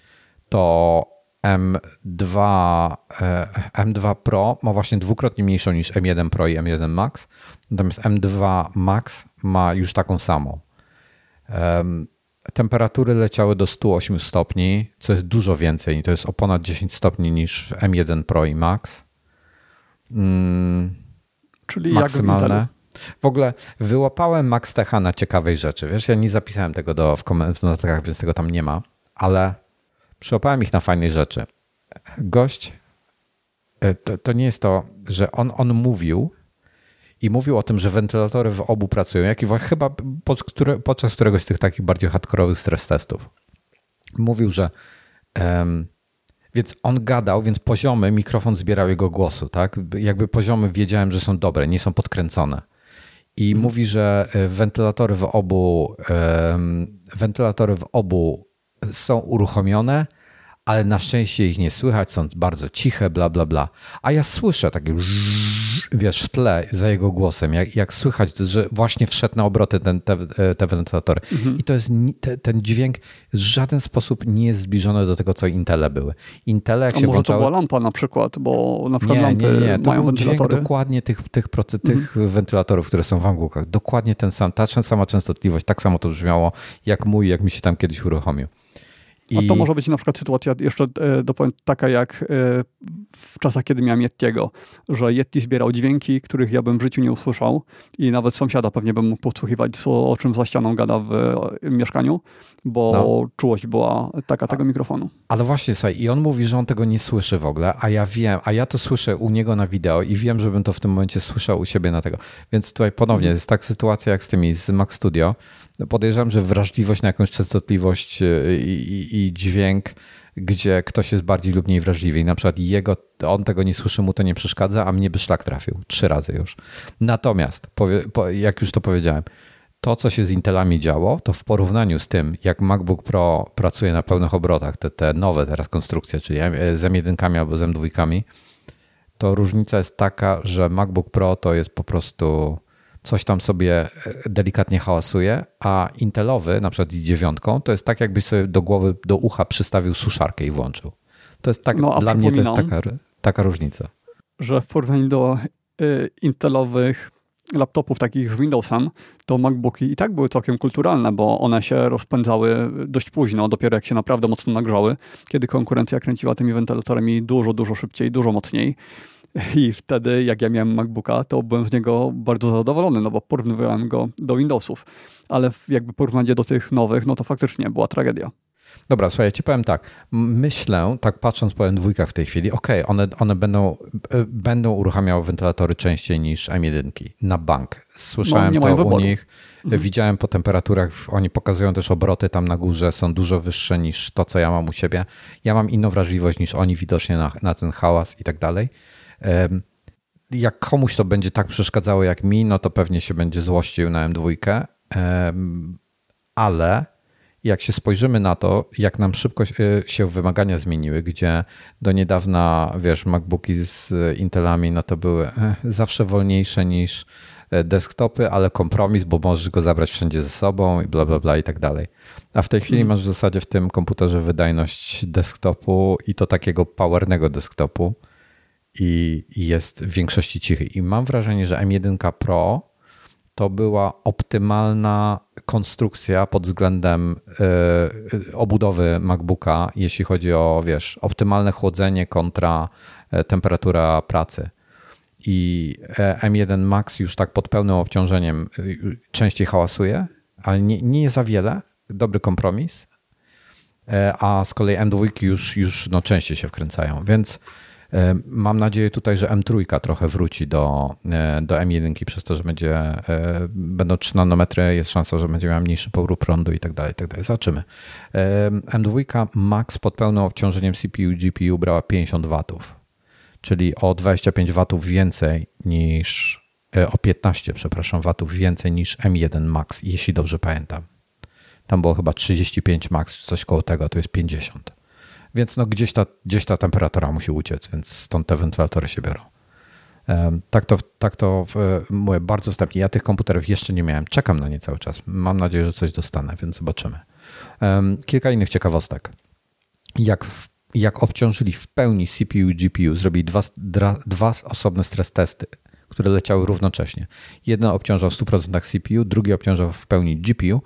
To M dwa, M dwa Pro ma właśnie dwukrotnie mniejszą niż M jeden Pro i M jeden Max, natomiast M dwa Max ma już taką samą. Um, temperatury leciały do stu ośmiu stopni, co jest dużo więcej. To jest o ponad dziesięć stopni niż w M jeden Pro i Max. Mm, Czyli maksymalne. Jak w ogóle wyłapałem MaxTecha na ciekawej rzeczy. Wiesz, ja nie zapisałem tego do, w komentarzach, więc tego tam nie ma, ale przyłapałem ich na fajnej rzeczy. Gość, to, to nie jest to, że on, on mówił i mówił o tym, że wentylatory w obu pracują, jak i chyba pod, które, podczas któregoś z tych takich bardziej hardkorowych stres testów. Mówił, że um, więc on gadał, więc poziomy, mikrofon zbierał jego głosu, tak? Jakby poziomy wiedziałem, że są dobre, nie są podkręcone. I hmm. mówi, że wentylatory w obu um, wentylatory w obu są uruchomione, ale na szczęście ich nie słychać, są bardzo ciche, bla, bla, bla. A ja słyszę takie, wiesz, w tle za jego głosem, jak, jak słychać, że właśnie wszedł na obroty ten, te, te wentylatory. Mhm. I to jest, te, ten dźwięk w żaden sposób nie jest zbliżony do tego, co Intele były. Intele, jak A się może włączały... to była lampa na przykład, bo na przykład nie, lampy nie, nie, to mają był dźwięk wentylatory. dokładnie tych, tych, proces, tych mhm. wentylatorów, które są w MacBookach. Dokładnie ten sam, ta sama częstotliwość, tak samo to brzmiało jak mój, jak mi się tam kiedyś uruchomił. I... A to może być na przykład sytuacja jeszcze dopowiem, taka jak w czasach, kiedy miałem Yettiego, że Yeti zbierał dźwięki, których ja bym w życiu nie usłyszał i nawet sąsiada pewnie bym mógł podsłuchiwać, co, o czym za ścianą gada w mieszkaniu, bo no. czułość była taka tego mikrofonu. Ale właśnie, słuchaj, i on mówi, że on tego nie słyszy w ogóle, a ja wiem, a ja to słyszę u niego na wideo i wiem, żebym to w tym momencie słyszał u siebie na tego. Więc tutaj ponownie jest tak sytuacja jak z tymi z Mac Studio. Podejrzewam, że wrażliwość na jakąś częstotliwość i, i, i dźwięk, gdzie ktoś jest bardziej lub mniej wrażliwy i na przykład jego, on tego nie słyszy, mu to nie przeszkadza, a mnie by szlak trafił. Trzy razy już. Natomiast, powie, po, jak już to powiedziałem, to, co się z Intelami działo, to w porównaniu z tym, jak MacBook Pro pracuje na pełnych obrotach, te, te nowe teraz konstrukcje, czyli z M jeden albo z M dwa, to różnica jest taka, że MacBook Pro to jest po prostu coś tam sobie delikatnie hałasuje, a Intelowy, na przykład z dziewiątką, to jest tak, jakbyś sobie do głowy, do ucha przystawił suszarkę i włączył. To jest tak, no, dla mnie to jest taka, taka różnica. Że w porównaniu do y, Intelowych laptopów takich z Windowsem, to MacBooki i tak były całkiem kulturalne, bo one się rozpędzały dość późno, dopiero jak się naprawdę mocno nagrzały, kiedy konkurencja kręciła tymi wentylatorami dużo, dużo szybciej, dużo mocniej. I wtedy, jak ja miałem MacBooka, to byłem z niego bardzo zadowolony, no bo porównywałem go do Windowsów. Ale jakby porównanie do tych nowych, no to faktycznie była tragedia. Dobra, słuchaj, ja ci powiem tak. Myślę, tak patrząc po M dwa w tej chwili, okej, okay, one, one będą, będą uruchamiały wentylatory częściej niż M jeden na bank. Słyszałem no, to u nich, mhm. widziałem po temperaturach, oni pokazują też obroty tam na górze, są dużo wyższe niż to, co ja mam u siebie. Ja mam inną wrażliwość niż oni widocznie na, na ten hałas i tak dalej. Jak komuś to będzie tak przeszkadzało jak mi, no to pewnie się będzie złościł na M dwa, ale jak się spojrzymy na to, jak nam szybko się wymagania zmieniły, gdzie do niedawna, wiesz, MacBooki z Intelami, no to były zawsze wolniejsze niż desktopy, ale kompromis, bo możesz go zabrać wszędzie ze sobą i bla, bla, bla i tak dalej. A w tej chwili hmm. masz w zasadzie w tym komputerze wydajność desktopu i to takiego powernego desktopu i jest w większości cichy. I mam wrażenie, że M jeden Pro to była optymalna konstrukcja pod względem y, obudowy MacBooka, jeśli chodzi o, wiesz, optymalne chłodzenie kontra temperatura pracy. I M jeden Max już tak pod pełnym obciążeniem częściej hałasuje, ale nie, nie za wiele. Dobry kompromis. A z kolei M dwa już, już no, częściej się wkręcają, więc mam nadzieję tutaj, że M trzy trochę wróci do, do M jeden przez to, że będzie, będą trzy nanometry, jest szansa, że będzie miała mniejszy powrót prądu i tak dalej, i tak dalej. Zobaczymy. M dwa Max pod pełnym obciążeniem C P U, G P U brała pięćdziesiąt watów, czyli o dwadzieścia pięć watów więcej niż, o piętnaście, przepraszam, watów więcej niż M jeden Max, jeśli dobrze pamiętam. Tam było chyba trzydzieści pięć Max, czy coś koło tego, to jest pięćdziesiąt. Więc no gdzieś ta, gdzieś ta temperatura musi uciec, więc stąd te wentylatory się biorą. Tak to, tak to mówię, bardzo wstępnie. Ja tych komputerów jeszcze nie miałem. Czekam na nie cały czas. Mam nadzieję, że coś dostanę, więc zobaczymy. Kilka innych ciekawostek. Jak, w, jak obciążyli w pełni C P U i G P U, zrobili dwa, dra, dwa osobne stres testy, które leciały równocześnie. Jeden obciążał w stu procentach C P U, drugi obciążał w pełni G P U.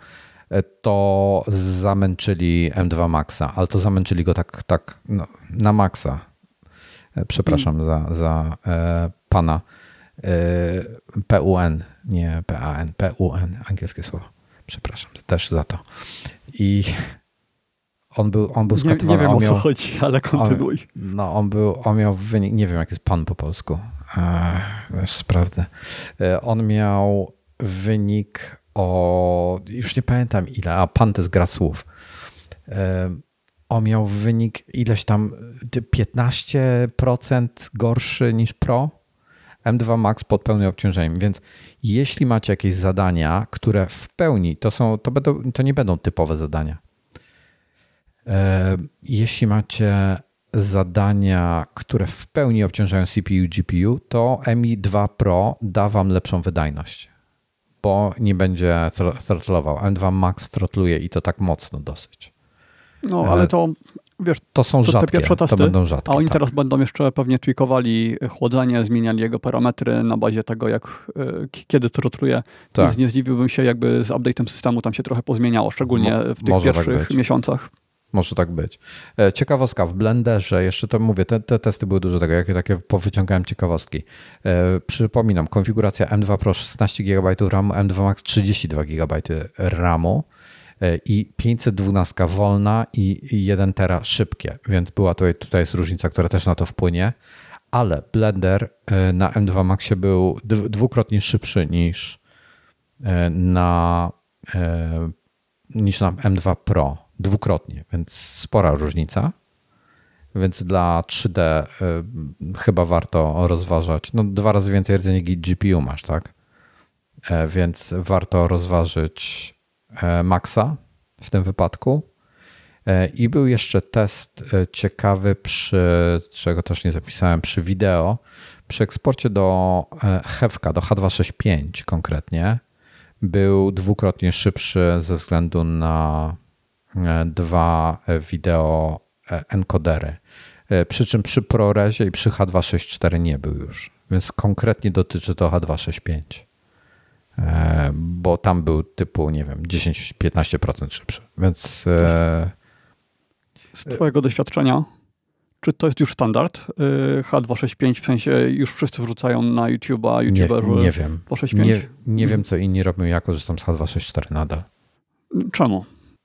To zamęczyli M dwa Maxa, ale to zamęczyli go tak, tak no, na maksa. Przepraszam hmm. za, za e, pana e, P U N, nie P A N, P U N, angielskie słowo. Przepraszam też za to. I on był, on był skatowany. Nie, nie wiem, on o miał, co chodzi, ale kontynuuj. On, no, on był, on miał wynik, nie wiem, jak jest pan po polsku. E, sprawdzę. E, on miał wynik o, już nie pamiętam ile, a pan to jest gra słów. On miał wynik ileś tam piętnaście procent gorszy niż Pro. M dwa Max pod pełnym obciążeniem, więc jeśli macie jakieś zadania, które w pełni, to są, to będą, to nie będą typowe zadania. Jeśli macie zadania, które w pełni obciążają C P U, G P U, to M I dwa Pro da wam lepszą wydajność, bo nie będzie throttlował. M dwa Max throttluje i to tak mocno dosyć. No, ale to wiesz, to są to rzadkie, te pierwsze testy, to będą rzadkie. A oni tak. teraz będą jeszcze pewnie tweakowali chłodzenie, zmieniali jego parametry na bazie tego, jak kiedy throttluje. Tak. Więc nie zdziwiłbym się, jakby z update'em systemu tam się trochę pozmieniało, szczególnie Mo- w tych pierwszych tak miesiącach. Może tak być. Ciekawostka, w Blenderze, jeszcze to mówię, te, te testy były dużo tego, jakie takie powyciągałem ciekawostki. E, przypominam, konfiguracja M dwa Pro szesnaście gigabajtów ramu, M dwa Max trzydzieści dwa gigabajty ramu e, i pięćset dwanaście wolna i, i jeden tera szybkie, więc była tutaj, tutaj jest różnica, która też na to wpłynie, ale Blender e, na M dwa Maxie był d- dwukrotnie szybszy niż e, na, e, niż na M dwa Pro. Dwukrotnie, więc spora różnica. Więc dla trzy D y, chyba warto rozważać. No dwa razy więcej rdzeni G P U masz, tak? E, więc warto rozważyć e, Maxa w tym wypadku. E, I był jeszcze test e, ciekawy przy, czego też nie zapisałem, przy wideo. Przy eksporcie do e, Hewka, do H dwieście sześćdziesiąt pięć konkretnie, był dwukrotnie szybszy ze względu na dwa wideo encodery. Przy czym przy ProResie i przy H dwieście sześćdziesiąt cztery nie był już. Więc konkretnie dotyczy to H dwieście sześćdziesiąt pięć. Bo tam był typu, nie wiem, dziesięć do piętnastu procent szybszy. Więc z twojego doświadczenia, czy to jest już standard H dwieście sześćdziesiąt pięć, w sensie już wszyscy wrzucają na YouTube'a, YouTuberzy nie, nie wiem. po sześćdziesiąt pięć? Nie, nie wiem, co inni robią, ja korzystam z H dwieście sześćdziesiąt cztery nadal. Czemu?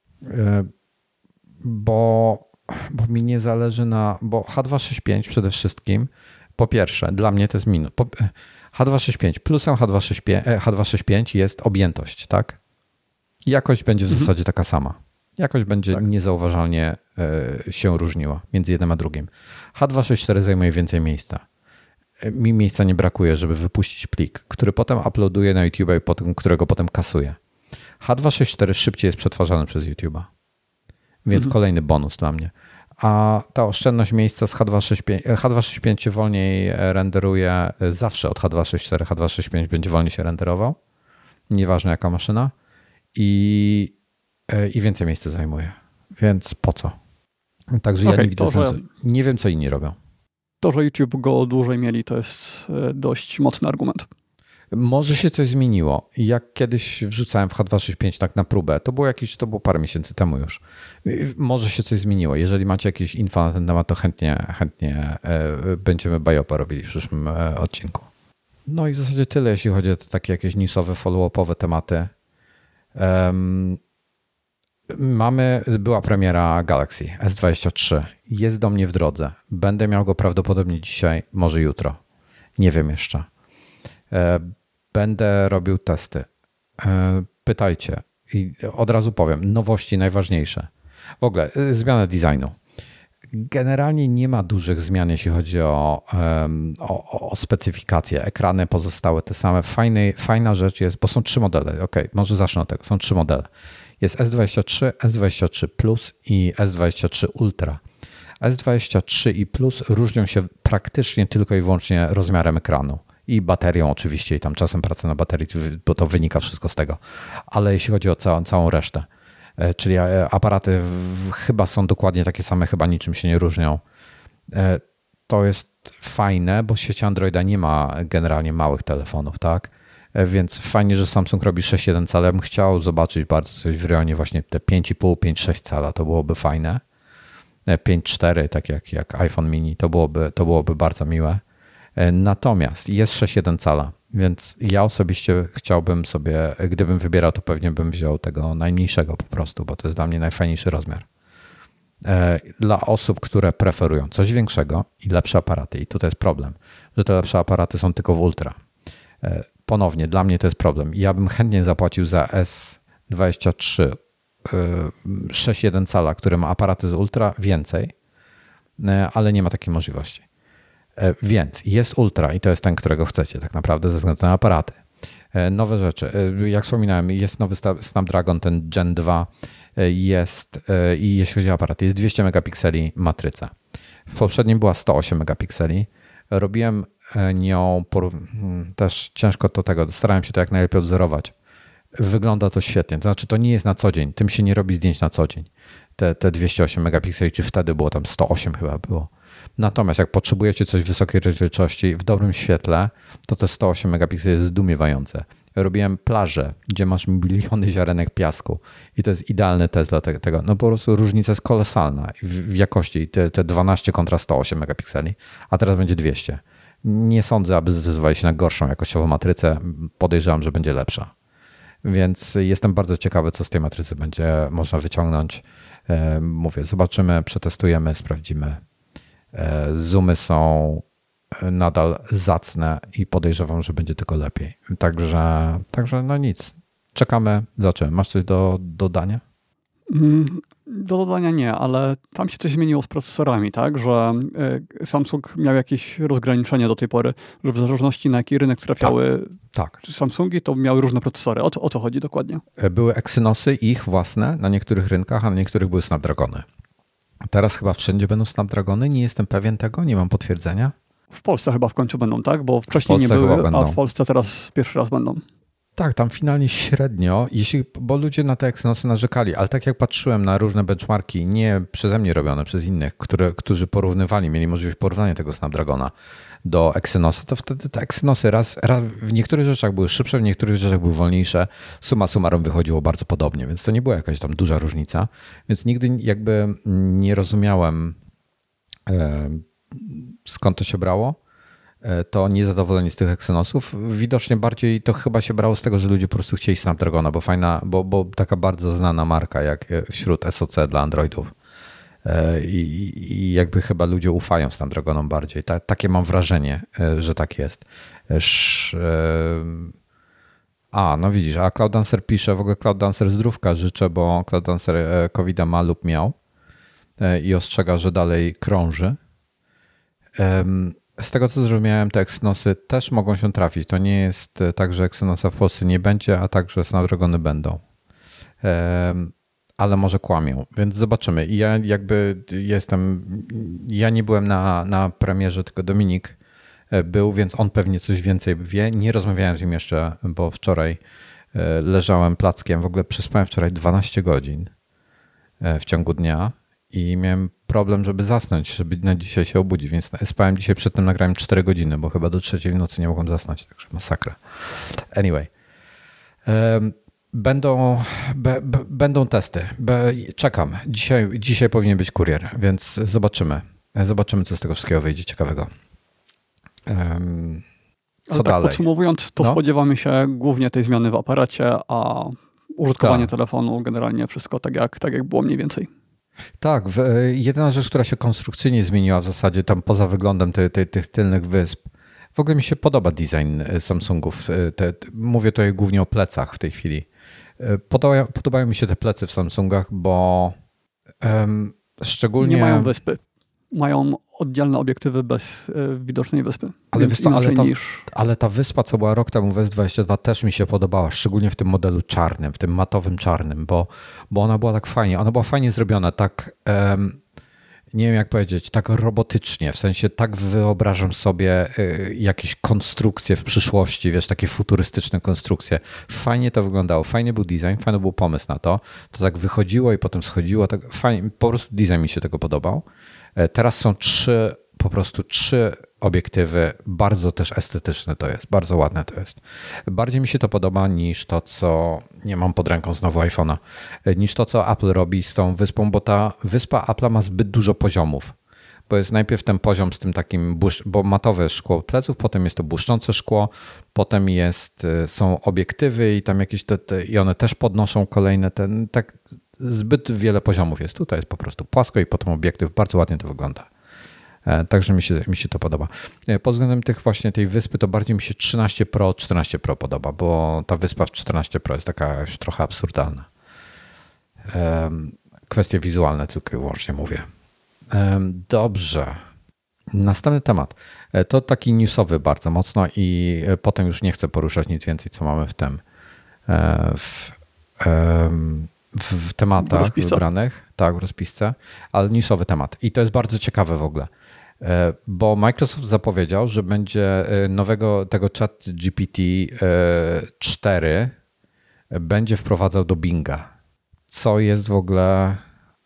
Bo, bo mi nie zależy na... Bo H dwieście sześćdziesiąt pięć przede wszystkim, po pierwsze, dla mnie to jest minus. Po, H dwieście sześćdziesiąt pięć plusem H dwieście sześćdziesiąt pięć jest objętość, tak? Jakość będzie w mhm. zasadzie taka sama. Jakość będzie tak. niezauważalnie y, się różniła między jednym a drugim. H dwieście sześćdziesiąt cztery zajmuje więcej miejsca. Mi miejsca nie brakuje, żeby wypuścić plik, który potem uploaduję na YouTube i potem, którego potem kasuję. H dwieście sześćdziesiąt cztery szybciej jest przetwarzany przez YouTube'a. Więc mhm. kolejny bonus dla mnie. A ta oszczędność miejsca z H dwieście sześćdziesiąt pięć, H dwieście sześćdziesiąt pięć się wolniej renderuje zawsze od H dwieście sześćdziesiąt cztery, H dwieście sześćdziesiąt pięć będzie wolniej się renderował. Nieważne jaka maszyna. I, i więcej miejsca zajmuje. Więc po co? Także okay, ja nie widzę to, sensu. Że... Nie wiem, co inni robią. To, że YouTube go dłużej mieli, to jest dość mocny argument. Może się coś zmieniło. Jak kiedyś wrzucałem w H dwieście sześćdziesiąt pięć tak na próbę, to było jakieś, to było parę miesięcy temu już. Może się coś zmieniło. Jeżeli macie jakieś info na ten temat, to chętnie, chętnie będziemy biopa robili w przyszłym odcinku. No i w zasadzie tyle, jeśli chodzi o te takie jakieś newsowe, follow-upowe tematy. Um, mamy, była premiera Galaxy S dwadzieścia trzy. Jest do mnie w drodze. Będę miał go prawdopodobnie dzisiaj, może jutro. Nie wiem jeszcze. Będę robił testy. Pytajcie. I od razu powiem, nowości najważniejsze. W ogóle zmiana designu. Generalnie nie ma dużych zmian, jeśli chodzi o, o, o specyfikację. Ekrany pozostały te same. Fajny, fajna rzecz jest, bo są trzy modele. Ok, może zacznę od tego. Są trzy modele. Jest S dwadzieścia trzy, S dwadzieścia trzy Plus i S dwadzieścia trzy Ultra. S dwadzieścia trzy i Plus różnią się praktycznie tylko i wyłącznie rozmiarem ekranu. I baterią oczywiście, i tam czasem pracy na baterii, bo to wynika wszystko z tego. Ale jeśli chodzi o całą, całą resztę, czyli aparaty w, chyba są dokładnie takie same, chyba niczym się nie różnią. To jest fajne, bo w świecie Androida nie ma generalnie małych telefonów, tak? Więc fajnie, że Samsung robi sześć przecinek jeden cala. Ja bym chciał zobaczyć bardzo coś w rejonie właśnie te pięć i pół, pięć przecinek sześć cala, to byłoby fajne. pięć przecinek cztery, tak jak, jak iPhone mini, to byłoby, to byłoby bardzo miłe. Natomiast jest sześć przecinek jeden cala, więc ja osobiście chciałbym sobie, gdybym wybierał, to pewnie bym wziął tego najmniejszego po prostu, bo to jest dla mnie najfajniejszy rozmiar. Dla osób, które preferują coś większego i lepsze aparaty, i tutaj jest problem, że te lepsze aparaty są tylko w Ultra. Ponownie, dla mnie to jest problem. Ja bym chętnie zapłacił za S dwadzieścia trzy sześć przecinek jeden cala, który ma aparaty z Ultra więcej, ale nie ma takiej możliwości. Więc jest Ultra i to jest ten, którego chcecie tak naprawdę ze względu na aparaty. Nowe rzeczy. Jak wspominałem, jest nowy Snapdragon, ten Gen dwa jest i jeśli chodzi o aparat, jest dwieście megapikseli matryca. W poprzednim była sto osiem megapikseli. Robiłem nią, też ciężko to tego, starałem się to jak najlepiej odzorować. Wygląda to świetnie, to znaczy to nie jest na co dzień, tym się nie robi zdjęć na co dzień. Te, te dwieście osiem megapikseli, czy wtedy było tam sto osiem chyba było. Natomiast jak potrzebujecie coś wysokiej rozdzielczości w dobrym świetle, to te sto osiem megapikseli jest zdumiewające. Robiłem plażę, gdzie masz miliony ziarenek piasku i to jest idealny test dla tego. No po prostu różnica jest kolosalna w, w jakości. Te, te dwanaście kontra sto osiem megapikseli, a teraz będzie dwieście. Nie sądzę, aby zdecydowali się na gorszą jakościową matrycę. Podejrzewam, że będzie lepsza. Więc jestem bardzo ciekawy, co z tej matrycy będzie można wyciągnąć. Mówię, zobaczymy, przetestujemy, sprawdzimy. Zoomy są nadal zacne i podejrzewam, że będzie tylko lepiej. Także, także no nic. Czekamy. Zobaczymy. Masz coś do dodania? Do dodania nie, ale tam się coś zmieniło z procesorami, tak? Że Samsung miał jakieś rozgraniczenie do tej pory, że w zależności na jaki rynek trafiały tak, tak. Samsungi, to miały różne procesory. O co, o co chodzi dokładnie? Były Exynosy, ich własne na niektórych rynkach, a na niektórych były Snapdragony. Teraz chyba wszędzie będą Snapdragony, nie jestem pewien tego, nie mam potwierdzenia. W Polsce chyba w końcu będą, tak? Bo wcześniej nie były, a w Polsce teraz pierwszy raz będą. Tak, tam finalnie średnio, jeśli, bo ludzie na te Exynosy narzekali, ale tak jak patrzyłem na różne benchmarki, nie przeze mnie robione, przez innych, które, którzy porównywali, mieli możliwość porównania tego Snapdragona do Exynosa, to wtedy te Exynosy raz, raz w niektórych rzeczach były szybsze, w niektórych rzeczach były wolniejsze. Summa summarum wychodziło bardzo podobnie, więc to nie była jakaś tam duża różnica. Więc nigdy jakby nie rozumiałem, skąd to się brało. To niezadowolenie z tych Exynosów. Widocznie bardziej to chyba się brało z tego, że ludzie po prostu chcieli Snapdragona, bo fajna, bo, bo taka bardzo znana marka jak wśród S O C dla Androidów. I, i jakby chyba ludzie ufają Snapdragonom bardziej. Ta, takie mam wrażenie, że tak jest. A, no widzisz, a Cloud Dancer pisze, w ogóle Cloud Dancer zdrówka życzę, bo Cloud Dancer kowida ma lub miał i ostrzega, że dalej krąży. Z tego, co zrozumiałem, te Exynosy też mogą się trafić. To nie jest tak, że Exynosa w Polsce nie będzie, a także Snapdragony będą. Ale może kłamią, więc zobaczymy. I ja jakby jestem, ja nie byłem na, na premierze, tylko Dominik był, więc on pewnie coś więcej wie. Nie rozmawiałem z nim jeszcze, bo wczoraj leżałem plackiem. W ogóle przespałem wczoraj dwanaście godzin w ciągu dnia i miałem problem, żeby zasnąć, żeby na dzisiaj się obudzić, więc spałem dzisiaj przed tym nagrałem cztery godziny, bo chyba do trzeciej w nocy nie mogłem zasnąć, także masakra. Anyway. Będą, be, be, będą testy. Be, czekam. Dzisiaj, dzisiaj powinien być kurier, więc zobaczymy. Zobaczymy, co z tego wszystkiego wyjdzie ciekawego. Um, co Ale tak dalej? Podsumowując, to no? spodziewamy się głównie tej zmiany w aparacie, a użytkowanie tak. telefonu generalnie wszystko tak jak, tak jak było mniej więcej. Tak, w, jedyna rzecz, która się konstrukcyjnie zmieniła w zasadzie tam poza wyglądem ty, ty, tych tylnych wysp. W ogóle mi się podoba design Samsungów. Te, te, mówię tutaj głównie o plecach w tej chwili. Podobają, podobają mi się te plecy w Samsungach, bo um, szczególnie... Nie mają wyspy. Mają oddzielne obiektywy bez y, widocznej wyspy. Ale, wiesz co, ale, ta, niż... ale ta wyspa, co była rok temu w S dwadzieścia dwa, też mi się podobała, szczególnie w tym modelu czarnym, w tym matowym czarnym, bo, bo ona była tak fajnie, ona była fajnie zrobiona, tak... Um, nie wiem jak powiedzieć, tak robotycznie, w sensie tak wyobrażam sobie jakieś konstrukcje w przyszłości, wiesz, takie futurystyczne konstrukcje. Fajnie to wyglądało, fajny był design, fajny był pomysł na to. To tak wychodziło i potem schodziło, tak fajnie, po prostu design mi się tego podobał. Teraz są trzy, po prostu trzy obiektywy, bardzo też estetyczne to jest, bardzo ładne to jest. Bardziej mi się to podoba niż to, co, nie mam pod ręką znowu iPhone'a, niż to, co Apple robi z tą wyspą, bo ta wyspa Apple'a ma zbyt dużo poziomów. Bo jest najpierw ten poziom z tym takim, błysz- bo matowe szkło pleców, potem jest to błyszczące szkło, potem jest, są obiektywy i tam jakieś te, te i one też podnoszą kolejne, ten, tak zbyt wiele poziomów jest. Tutaj jest po prostu płasko i potem obiektyw, bardzo ładnie to wygląda. Także mi się, mi się to podoba. Pod względem tych właśnie tej wyspy to bardziej mi się trzynaście Pro, czternaście Pro podoba, bo ta wyspa w czternaście Pro jest taka już trochę absurdalna. Kwestie wizualne tylko i wyłącznie mówię. Dobrze. Następny temat. To taki newsowy bardzo mocno i potem już nie chcę poruszać nic więcej, co mamy w tym w, w, w tematach w wybranych. Tak, w rozpisce, ale newsowy temat. I to jest bardzo ciekawe w ogóle, bo Microsoft zapowiedział, że będzie nowego tego Chat G P T cztery będzie wprowadzał do Binga, co jest w ogóle...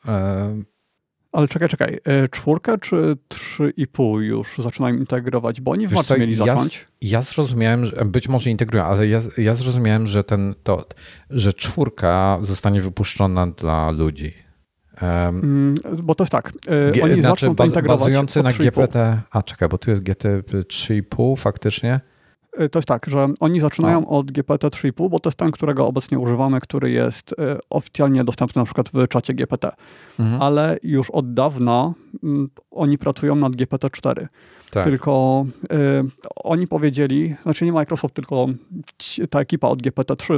Ale czekaj, czekaj. Czwórkę czy trzy i pół już zaczynają integrować? Bo oni w marcu mieli ja, zacząć. Ja zrozumiałem, że być może integrują, ale ja, ja zrozumiałem, że, ten, to, że czwórka zostanie wypuszczona dla ludzi. Um, bo to jest tak. G, oni znaczy, zaczną to baz, integrować bazujący na trzy i pół. G P T... A czekaj, bo tu jest G P T trzy i pół faktycznie. To jest tak, że oni zaczynają o. od G P T trzy i pół, bo to jest ten, którego obecnie używamy, który jest oficjalnie dostępny na przykład w czacie G P T. Mhm. Ale już od dawna m, oni pracują nad G P T cztery. Tak. Tylko y, oni powiedzieli, znaczy nie Microsoft, tylko ta ekipa od G P T trzy,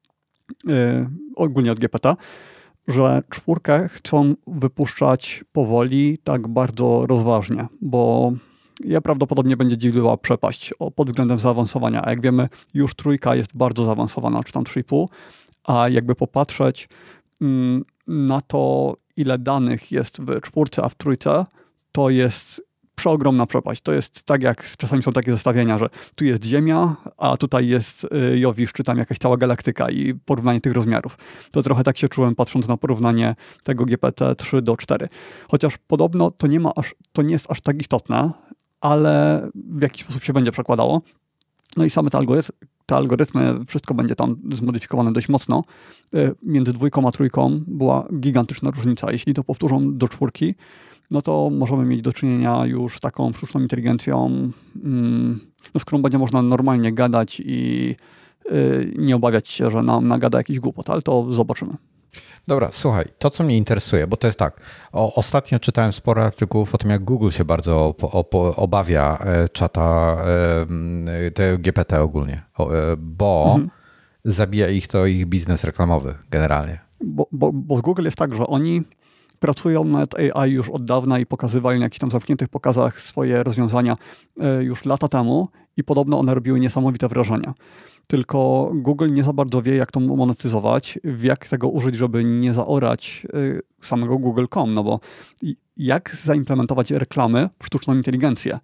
y, ogólnie od G P T, że czwórkę chcą wypuszczać powoli, tak bardzo rozważnie, bo ja prawdopodobnie będzie dzieliła przepaść pod względem zaawansowania. A jak wiemy, już trójka jest bardzo zaawansowana, czy tam trzy i pół, a jakby popatrzeć mm, na to, ile danych jest w czwórce, a w trójce, to jest przeogromna przepaść. To jest tak, jak czasami są takie zestawienia, że tu jest Ziemia, a tutaj jest Jowisz, czy tam jakaś cała galaktyka i porównanie tych rozmiarów. To trochę tak się czułem, patrząc na porównanie tego G P T trzy do cztery. Chociaż podobno to nie ma aż, to nie jest aż tak istotne, ale w jakiś sposób się będzie przekładało. No i same te algorytmy, te algorytmy, wszystko będzie tam zmodyfikowane dość mocno. Między dwójką a trójką była gigantyczna różnica. Jeśli to powtórzą do czwórki, no to możemy mieć do czynienia już z taką sztuczną inteligencją, no, z którą będzie można normalnie gadać i nie obawiać się, że nam nagada jakiś głupot, ale to zobaczymy. Dobra, słuchaj, to co mnie interesuje, bo to jest tak, o, ostatnio czytałem sporo artykułów o tym, jak Google się bardzo op- obawia czata tego G P T ogólnie, bo mhm. zabija ich to ich biznes reklamowy generalnie. Bo, bo, bo z Google jest tak, że oni pracują nad A I już od dawna i pokazywali na jakichś tam zamkniętych pokazach swoje rozwiązania już lata temu i podobno one robiły niesamowite wrażenia. Tylko Google nie za bardzo wie, jak to monetyzować, jak tego użyć, żeby nie zaorać samego Google kropka com, no bo jak zaimplementować reklamy w sztuczną inteligencję?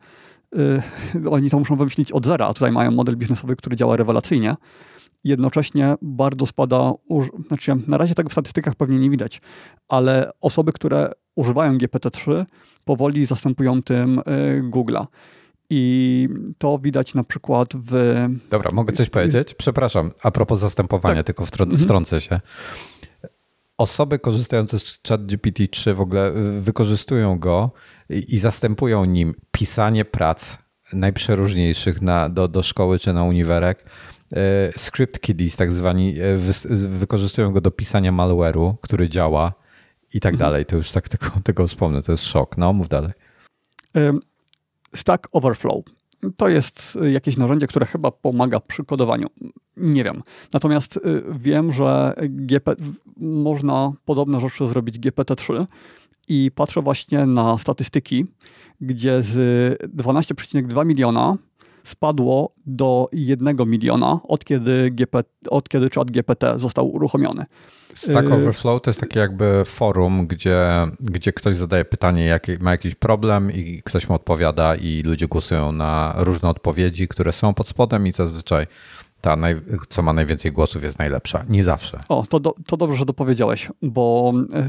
Oni to muszą wymyślić od zera, a tutaj mają model biznesowy, który działa rewelacyjnie. Jednocześnie bardzo spada, znaczy na razie tego w statystykach pewnie nie widać, ale osoby, które używają G P T trzy, powoli zastępują tym Google'a. I to widać na przykład w... Dobra, mogę coś powiedzieć? Przepraszam, a propos zastępowania, tak. tylko wtr- wtrącę się. Osoby korzystające z ChatGPT trzy w ogóle wykorzystują go i, i zastępują nim pisanie prac najprzeróżniejszych na, do, do szkoły czy na uniwerek. Script kiddies tak zwani wy, wykorzystują go do pisania malware'u, który działa i tak mhm. dalej. To już tak tego, tego wspomnę, to jest szok. No, mów dalej. Um. Stack Overflow. To jest jakieś narzędzie, które chyba pomaga przy kodowaniu. Nie wiem. Natomiast wiem, że G P, można podobne rzeczy zrobić G P T trzy i patrzę właśnie na statystyki, gdzie z dwanaście przecinek dwa miliona spadło do jednego miliona, od kiedy, G P, od kiedy czat G P T został uruchomiony. Stack Overflow to jest takie jakby forum, gdzie, gdzie ktoś zadaje pytanie, jaki, ma jakiś problem i ktoś mu odpowiada i ludzie głosują na różne odpowiedzi, które są pod spodem i zazwyczaj ta, naj, co ma najwięcej głosów, jest najlepsza. Nie zawsze. O, to, do, to dobrze, że dopowiedziałeś, bo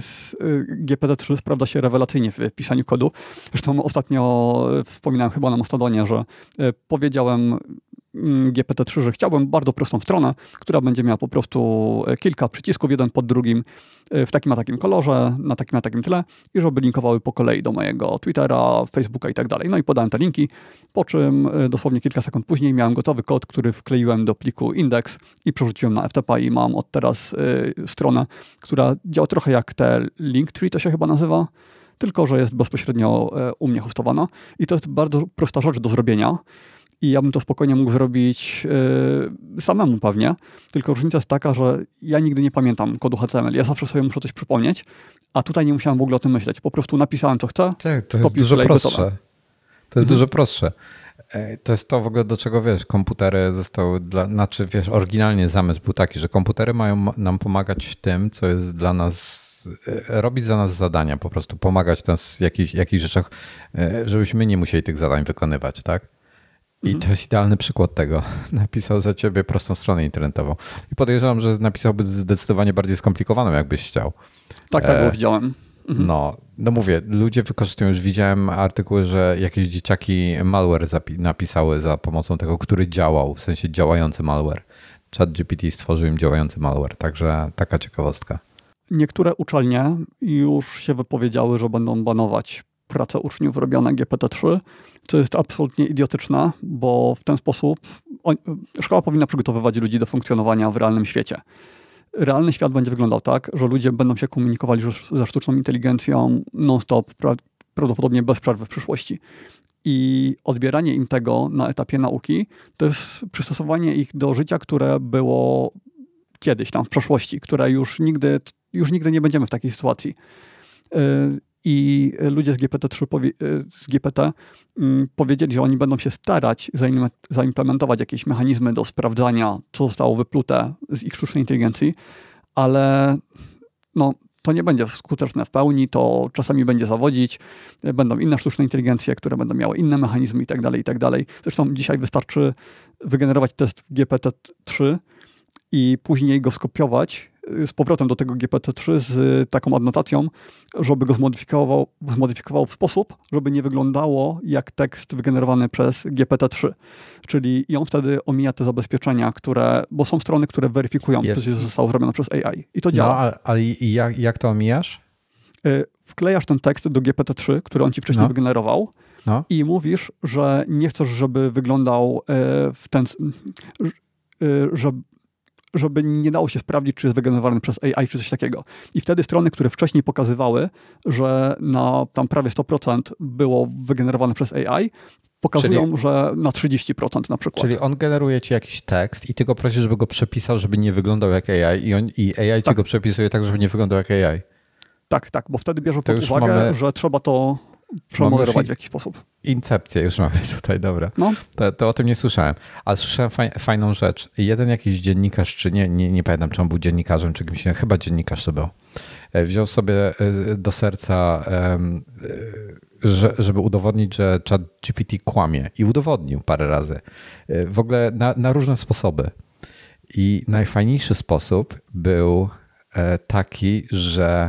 G P T trzy sprawdza się rewelacyjnie w pisaniu kodu. Zresztą ostatnio wspominałem chyba na Mastodonie, że powiedziałem G P T trzy, że chciałbym bardzo prostą stronę, która będzie miała po prostu kilka przycisków, jeden pod drugim, w takim a takim kolorze, na takim a takim tle i żeby linkowały po kolei do mojego Twittera, Facebooka i tak dalej. No i podałem te linki, po czym dosłownie kilka sekund później miałem gotowy kod, który wkleiłem do pliku index i przerzuciłem na F T P i mam od teraz y, stronę, która działa trochę jak te Linktree, to się chyba nazywa, tylko że jest bezpośrednio y, u mnie hostowana i to jest bardzo prosta rzecz do zrobienia. I ja bym to spokojnie mógł zrobić yy, samemu pewnie, tylko różnica jest taka, że ja nigdy nie pamiętam kodu H T M L. Ja zawsze sobie muszę coś przypomnieć, a tutaj nie musiałem w ogóle o tym myśleć. Po prostu napisałem, co chcę. Tak, to jest dużo prostsze. gotowe. To jest mhm. dużo prostsze. To jest to w ogóle, do czego, wiesz, komputery zostały, dla, znaczy, wiesz, oryginalnie zamysł był taki, że komputery mają nam pomagać w tym, co jest dla nas, robić za nas zadania, po prostu pomagać nas w jakichś, jakichś rzeczach, żebyśmy nie musieli tych zadań wykonywać, tak? I mhm. to jest idealny przykład tego. Napisał za ciebie prostą stronę internetową. I podejrzewam, że napisałby zdecydowanie bardziej skomplikowaną, jakbyś chciał. Tak, tak, bo widziałem. Mhm. No, no mówię, ludzie wykorzystują, już widziałem artykuły, że jakieś dzieciaki malware zapi- napisały za pomocą tego, który działał, w sensie działający malware. ChatGPT stworzył im działający malware, także taka ciekawostka. Niektóre uczelnie już się wypowiedziały, że będą banować prace uczniów robione G P T trzy, co jest absolutnie idiotyczne, bo w ten sposób on, szkoła powinna przygotowywać ludzi do funkcjonowania w realnym świecie. Realny świat będzie wyglądał tak, że ludzie będą się komunikowali ze sztuczną inteligencją non-stop, pra- prawdopodobnie bez przerwy w przyszłości. I odbieranie im tego na etapie nauki to jest przystosowanie ich do życia, które było kiedyś tam w przeszłości, które już nigdy, już nigdy nie będziemy w takiej sytuacji. I ludzie z G P T trzy, z G P T powiedzieli, że oni będą się starać zaimplementować jakieś mechanizmy do sprawdzania, co zostało wyplute z ich sztucznej inteligencji, ale no, to nie będzie skuteczne w pełni, to czasami będzie zawodzić, będą inne sztuczne inteligencje, które będą miały inne mechanizmy i tak dalej, i tak dalej. Zresztą dzisiaj wystarczy wygenerować test w G P T trzy i później go skopiować z powrotem do tego G P T trzy z taką adnotacją, żeby go zmodyfikował, zmodyfikował w sposób, żeby nie wyglądało jak tekst wygenerowany przez G P T trzy. Czyli i on wtedy omija te zabezpieczenia, które, bo są strony, które weryfikują, jest. to zostało zrobione przez A I. I to działa. No, ale, ale jak, jak to omijasz? Wklejasz ten tekst do G P T trzy, który on ci wcześniej no. wygenerował no. i mówisz, że nie chcesz, żeby wyglądał w ten... że żeby nie dało się sprawdzić, czy jest wygenerowany przez A I, czy coś takiego. I wtedy strony, które wcześniej pokazywały, że na tam prawie sto procent było wygenerowane przez A I, pokazują, czyli, że na trzydzieści procent na przykład. Czyli on generuje ci jakiś tekst i ty go prosisz, żeby go przepisał, żeby nie wyglądał jak A I i, on, i A I tak. ci go przepisuje tak, żeby nie wyglądał jak A I. Tak, tak, bo wtedy bierze pod uwagę, mamy... że trzeba to przemodelować w jakiś sposób. Incepcję już mamy tutaj, dobra. No. To, to o tym nie słyszałem. Ale słyszałem faj, fajną rzecz. Jeden jakiś dziennikarz, czy nie, nie, nie pamiętam, czy on był dziennikarzem, czy kimś, chyba dziennikarz to był, wziął sobie do serca, że, żeby udowodnić, że ChatGPT kłamie. I udowodnił parę razy. W ogóle na, na różne sposoby. I najfajniejszy sposób był taki, że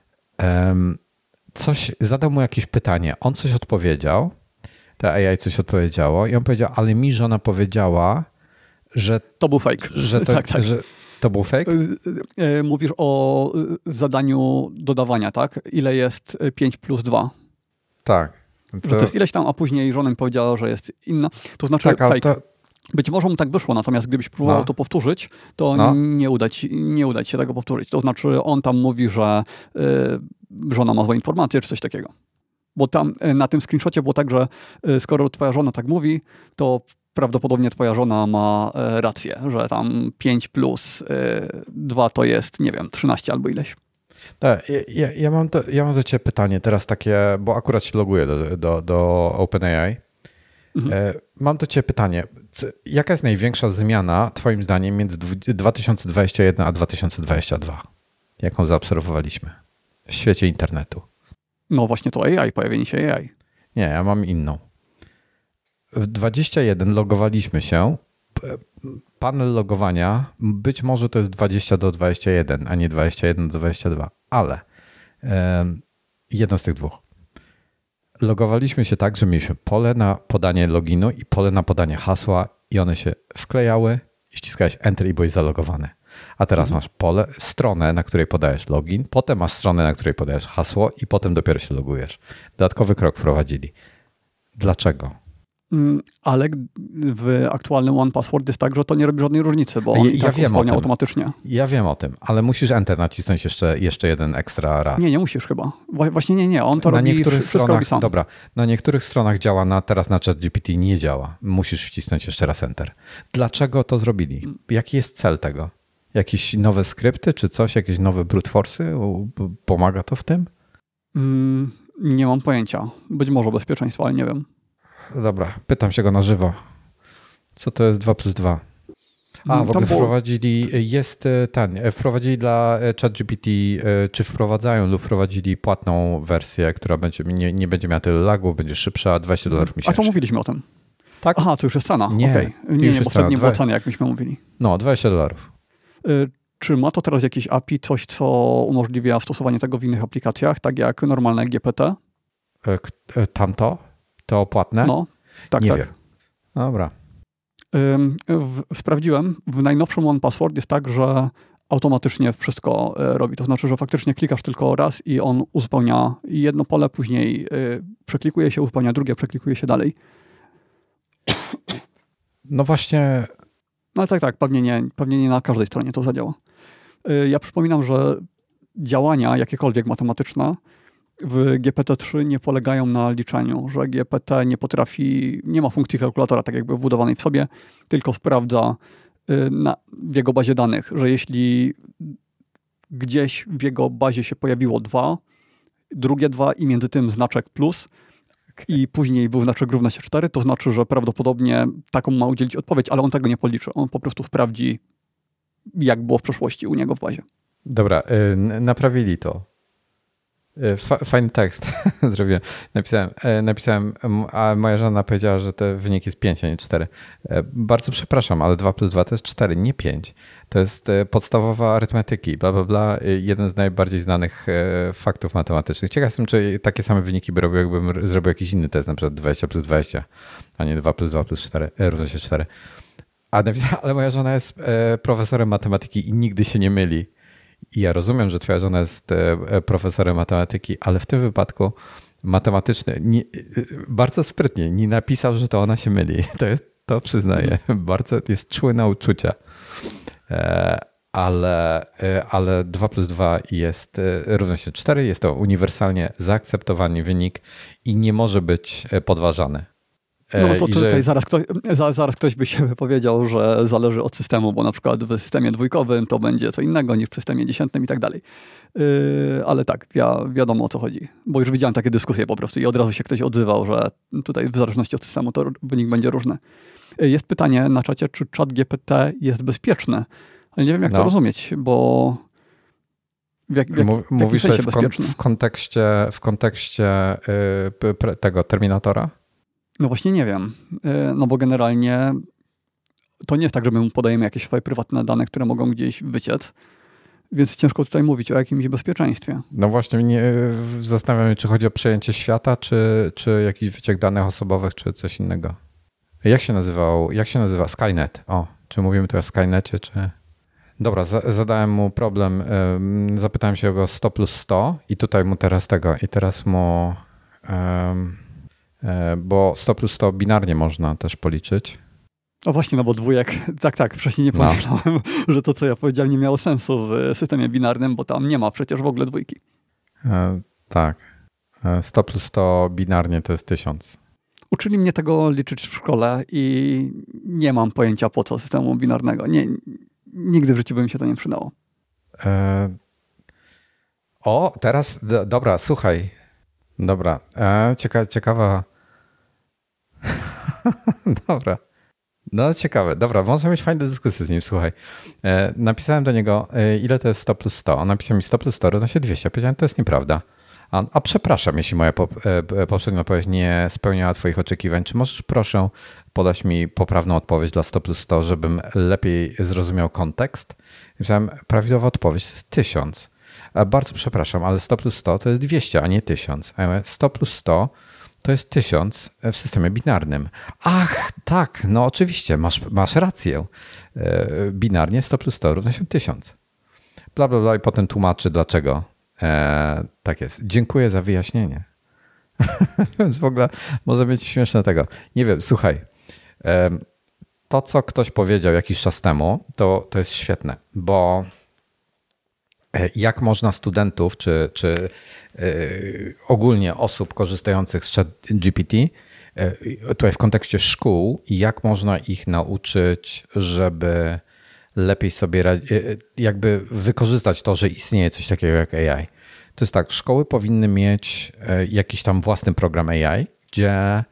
coś, zadał mu jakieś pytanie, on coś odpowiedział, ta A I coś odpowiedziało i on powiedział, ale mi żona powiedziała, że... To był fake. Że to, tak, tak. Że to był fake? Mówisz o zadaniu dodawania, tak? Ile jest pięć plus dwa? Tak. To... Że to jest ileś tam, a później żona mi powiedziała, że jest inna. To znaczy tak, fake. To... Być może mu tak wyszło, natomiast gdybyś próbował no. to powtórzyć, to no. nie, uda ci, nie uda ci się tego powtórzyć. To znaczy on tam mówi, że y, żona ma złe informacje, czy coś takiego. Bo tam y, na tym screenshocie było tak, że y, skoro twoja żona tak mówi, to prawdopodobnie twoja żona ma y, rację, że tam pięć plus dwa to jest, nie wiem, trzynaście albo ileś. Tak, ja, ja, mam to, ja mam do ciebie pytanie teraz takie, bo akurat się loguję do, do, do OpenAI. Mhm. Mam do ciebie pytanie. Jaka jest największa zmiana twoim zdaniem między dwa tysiące dwudziestym pierwszym a dwa tysiące dwudziestym drugim? Jaką zaobserwowaliśmy w świecie internetu? No właśnie to A I, pojawienie się A I. Nie, ja mam inną. W dwudziestym pierwszym logowaliśmy się. Panel logowania, być może to jest dwadzieścia do dwudziestego pierwszego, a nie dwadzieścia jeden do dwudziestego drugiego, ale um, jedno z tych dwóch. Logowaliśmy się tak, że mieliśmy pole na podanie loginu i pole na podanie hasła i one się wklejały i ściskałeś Enter i byłeś zalogowany. A teraz mhm. masz pole, stronę, na której podajesz login, potem masz stronę, na której podajesz hasło i potem dopiero się logujesz. Dodatkowy krok wprowadzili. Dlaczego? Ale w aktualnym One Password jest tak, że to nie robi żadnej różnicy, bo on ja, i tak ja uzupełnia automatycznie. Ja wiem o tym, ale musisz Enter nacisnąć jeszcze, jeszcze jeden ekstra raz. Nie, nie musisz chyba. Właśnie nie, nie. On to na robi niektórych wszystko stronach, robi sam. Dobra, na niektórych stronach działa, na, teraz na ChatGPT nie działa. Musisz wcisnąć jeszcze raz Enter. Dlaczego to zrobili? Jaki jest cel tego? Jakieś nowe skrypty czy coś? Jakieś nowe brute force'y? Pomaga to w tym? Mm, nie mam pojęcia. Być może bezpieczeństwo, ale nie wiem. dobra, pytam się go na żywo. Co to jest dwa plus dwa? A, w ogóle było... wprowadzili, jest ten, wprowadzili dla ChatGPT, czy wprowadzają lub wprowadzili płatną wersję, która będzie, nie, nie będzie miała tyle lagów, będzie szybsza, dwadzieścia dolarów miesięcznie. A to mówiliśmy o tym. Tak? Aha, to już jest cena. Nie, okay. nie, już nie, bo wtedy nie było ceny, jak myśmy mówili. No, dwadzieścia dolarów. Y- Czy ma to teraz jakieś A P I, coś, co umożliwia stosowanie tego w innych aplikacjach, tak jak normalne G P T? Tamto? To płatne? No, tak, Nie tak. wiem. Dobra. W, sprawdziłem, w najnowszym One Password jest tak, że automatycznie wszystko robi. To znaczy, że faktycznie klikasz tylko raz i on uzupełnia jedno pole, później przeklikuje się, uzupełnia drugie, przeklikuje się dalej. No właśnie... No ale tak, tak, pewnie nie, pewnie nie na każdej stronie to zadziała. Ja przypominam, że działania jakiekolwiek matematyczne w G P T trzy nie polegają na liczeniu, że G P T nie potrafi, nie ma funkcji kalkulatora tak jakby wbudowanej w sobie, tylko sprawdza na, w jego bazie danych, że jeśli gdzieś w jego bazie się pojawiło dwa, drugie dwa i między tym znaczek plus i później był znaczek równa się cztery, to znaczy, że prawdopodobnie taką ma udzielić odpowiedź, ale on tego nie policzy. On po prostu sprawdzi, jak było w przeszłości u niego w bazie. Dobra, yy, naprawili to. Fajny tekst zrobiłem. Napisałem, napisałem, a moja żona powiedziała, że ten wynik jest pięć, a nie cztery. Bardzo przepraszam, ale dwa plus dwa to jest cztery, nie pięć. To jest podstawowa arytmetyki, bla, bla, bla. Jeden z najbardziej znanych faktów matematycznych. Ciekaw jestem, czy takie same wyniki by robił, jakbym zrobił jakiś inny test, na przykład dwadzieścia plus dwadzieścia, a nie dwa plus dwa plus cztery, równa się cztery. A napisałem, ale moja żona jest profesorem matematyki i nigdy się nie myli. I ja rozumiem, że twoja żona jest profesorem matematyki, ale w tym wypadku matematyczny, nie, bardzo sprytnie, nie napisał, że to ona się myli. To jest, to przyznaję, bardzo jest czuły na uczucia. Ale, ale dwa plus dwa jest równa się cztery, jest to uniwersalnie zaakceptowany wynik i nie może być podważany. No to tutaj że... zaraz, ktoś, zaraz ktoś by się wypowiedział, że zależy od systemu, bo na przykład w systemie dwójkowym to będzie co innego niż w systemie dziesiętnym i tak dalej. Yy, ale tak, ja, wiadomo o co chodzi, bo już widziałem takie dyskusje po prostu i od razu się ktoś odzywał, że tutaj w zależności od systemu to wynik będzie różny. Yy, jest pytanie na czacie, czy czat G P T jest bezpieczny, ale nie wiem jak no. to rozumieć, bo w, jak, w, jak, w Mówisz w, kon, w kontekście, w kontekście yy, tego Terminatora? No właśnie nie wiem, no bo generalnie to nie jest tak, że my mu podajemy jakieś swoje prywatne dane, które mogą gdzieś wyciec, więc ciężko tutaj mówić o jakimś bezpieczeństwie. No właśnie, nie, zastanawiam się, czy chodzi o przejęcie świata, czy, czy jakiś wyciek danych osobowych, czy coś innego. Jak się nazywał, jak się nazywa? Skynet. O, czy mówimy tu o Skynecie, czy... Dobra, za, zadałem mu problem, zapytałem się go sto plus sto i tutaj mu teraz tego, i teraz mu... Um, bo sto plus sto binarnie można też policzyć. O właśnie, no bo dwójek, tak, tak, wcześniej nie pomyślałem, no. że to, co ja powiedziałem, nie miało sensu w systemie binarnym, bo tam nie ma przecież w ogóle dwójki. E, tak. sto plus sto binarnie to jest tysiąc. Uczyli mnie tego liczyć w szkole i nie mam pojęcia po co systemu binarnego. Nie, nigdy w życiu by mi się to nie przydało. E, o, teraz, do, dobra, słuchaj. Dobra, e, cieka, ciekawa. Dobra. No ciekawe, dobra, można mieć fajne dyskusje z nim, słuchaj. E, napisałem do niego, e, ile to jest sto plus sto. On napisał mi sto plus sto równa się dwieście. Powiedziałem, to jest nieprawda. A, a przepraszam, jeśli moja pop, e, poprzednia odpowiedź nie spełniała twoich oczekiwań. Czy możesz proszę podać mi poprawną odpowiedź dla sto plus sto, żebym lepiej zrozumiał kontekst? Napisałem, prawidłowa odpowiedź to jest tysiąc. Bardzo przepraszam, ale sto plus sto to jest dwieście, a nie tysiąc. A ja mówię, sto plus sto to jest tysiąc w systemie binarnym. Ach, tak, no oczywiście, masz, masz rację. Binarnie sto plus sto równa się tysiąc. Bla, bla, bla i potem tłumaczy dlaczego. E, tak jest. Dziękuję za wyjaśnienie. Więc w ogóle może być śmieszne tego. Nie wiem, słuchaj. E, to, co ktoś powiedział jakiś czas temu, to, to jest świetne, bo jak można studentów, czy, czy yy, ogólnie osób korzystających z ChatGPT, yy, tutaj w kontekście szkół, jak można ich nauczyć, żeby lepiej sobie yy, jakby wykorzystać to, że istnieje coś takiego jak A I. To jest tak, szkoły powinny mieć yy, jakiś tam własny program A I, gdzie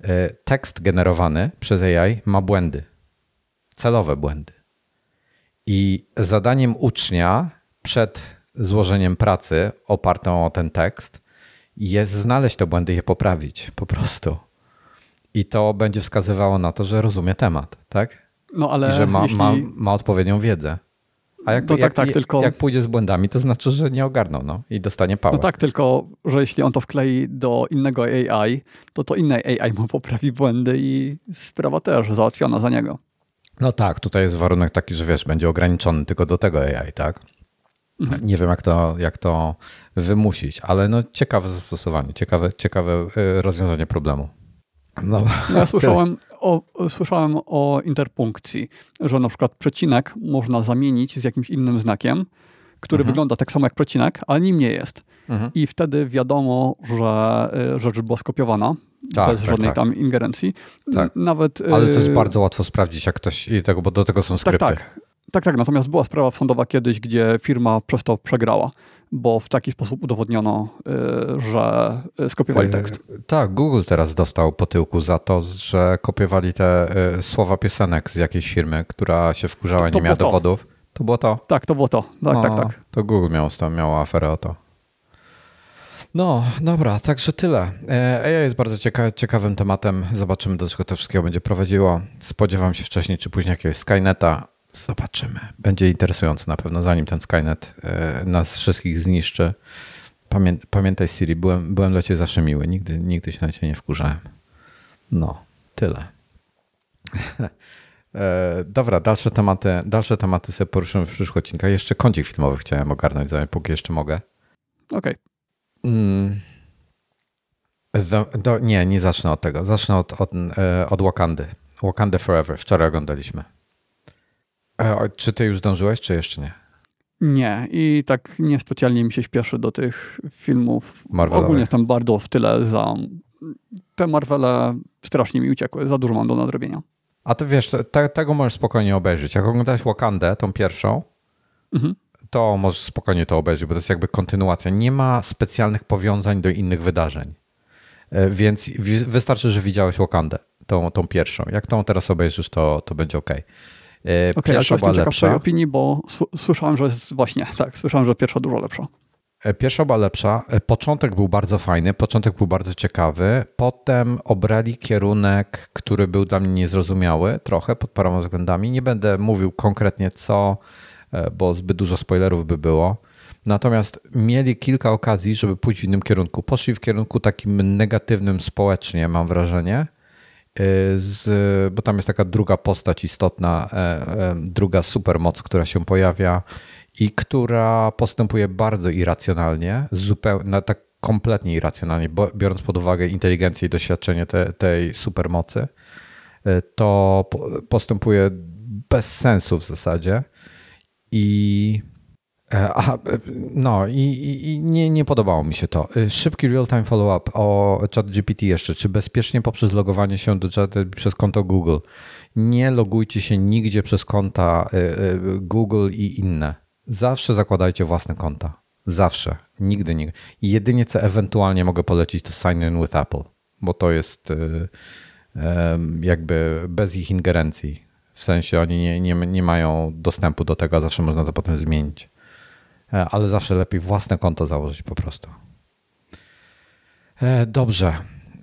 tekst generowany przez A I ma błędy, celowe błędy. I zadaniem ucznia przed złożeniem pracy opartą o ten tekst jest znaleźć te błędy i je poprawić po prostu. I to będzie wskazywało na to, że rozumie temat, tak? No, ale I że ma, jeśli... ma, ma odpowiednią wiedzę. A jak, no, jak, tak, tak, jak, tylko... jak pójdzie z błędami, to znaczy, że nie ogarnął no, i dostanie pałę. No tak, tylko że jeśli on to wklei do innego A I, to to innej A I mu poprawi błędy i sprawa też załatwiona za niego. No tak, tutaj jest warunek taki, że wiesz, będzie ograniczony tylko do tego A I, tak? Mhm. Nie wiem, jak to, jak to wymusić, ale no ciekawe zastosowanie, ciekawe, ciekawe rozwiązanie problemu. No, no ja słyszałem o, słyszałem o interpunkcji, że na przykład przecinek można zamienić z jakimś innym znakiem, który mhm. wygląda tak samo jak przecinek, ale nim nie jest. Mhm. I wtedy wiadomo, że rzecz była skopiowana tak, bez tak, żadnej tak. tam ingerencji. Tak. Nawet, ale to jest bardzo łatwo sprawdzić, jak ktoś, i tego, bo do tego są skrypty. Tak, tak. Tak, tak. Natomiast była sprawa sądowa kiedyś, gdzie firma przez to przegrała, bo w taki sposób udowodniono, że skopiowali tekst. Tak, Google teraz dostał po tyłku za to, że kopiowali te słowa piosenek z jakiejś firmy, która się wkurzała i nie miała dowodów. To. to było to? Tak, to było to. Tak, no, tak, tak. To Google miało, miało aferę o to. No, dobra, także tyle. A I jest bardzo cieka- ciekawym tematem. Zobaczymy, do czego to wszystkiego będzie prowadziło. Spodziewam się wcześniej czy później jakiegoś Skyneta. Zobaczymy. Będzie interesujące na pewno, zanim ten Skynet nas wszystkich zniszczy. Pamię- pamiętaj Siri, byłem, byłem dla ciebie zawsze miły. Nigdy, nigdy się na ciebie nie wkurzałem. No, tyle. Dobra, dalsze tematy, dalsze tematy sobie poruszymy w przyszłych odcinkach. Jeszcze kącik filmowy chciałem ogarnąć, póki jeszcze mogę. Okej. Okay. Mm. Do, do, nie, nie zacznę od tego. Zacznę od, od, od Wakandy. Wakanda Forever. Wczoraj oglądaliśmy. Czy ty już dążyłeś, czy jeszcze nie? Nie i tak niespecjalnie mi się śpieszy do tych filmów. Marvelowych. Ogólnie jestem bardzo w tyle za... Te Marvele strasznie mi uciekły, za dużo mam do nadrobienia. A ty wiesz, te, tego możesz spokojnie obejrzeć. Jak oglądałeś Wakandę, tą pierwszą, mhm. to możesz spokojnie to obejrzeć, bo to jest jakby kontynuacja. Nie ma specjalnych powiązań do innych wydarzeń. Więc wystarczy, że widziałeś Wakandę, tą, tą pierwszą. Jak tą teraz obejrzysz, to, to będzie okej. Okay. Pierwsza okay, była lepsza. Opinii, bo słyszałem, że jest właśnie, tak, słyszałem, że pierwsza dużo lepsza. Pierwsza była lepsza. Początek był bardzo fajny, początek był bardzo ciekawy. Potem obrali kierunek, który był dla mnie niezrozumiały trochę pod paroma względami. Nie będę mówił konkretnie co, bo zbyt dużo spoilerów by było. Natomiast mieli kilka okazji, żeby pójść w innym kierunku. Poszli w kierunku takim negatywnym społecznie, mam wrażenie. Z, bo tam jest taka druga postać istotna, druga supermoc, która się pojawia i która postępuje bardzo irracjonalnie, zupełnie, tak kompletnie irracjonalnie, biorąc pod uwagę inteligencję i doświadczenie te, tej supermocy, to postępuje bez sensu w zasadzie i Aha, no i, i, i nie, nie podobało mi się to. Szybki real-time follow-up o ChatGPT jeszcze. Czy bezpiecznie poprzez logowanie się do ChatGPT przez konto Google? Nie logujcie się nigdzie przez konta Google i inne. Zawsze zakładajcie własne konta. Zawsze. Nigdy, nigdy. Jedynie co ewentualnie mogę polecić to sign in with Apple, bo to jest jakby bez ich ingerencji. W sensie oni nie, nie, nie mają dostępu do tego, a zawsze można to potem zmienić. Ale zawsze lepiej własne konto założyć po prostu. Dobrze.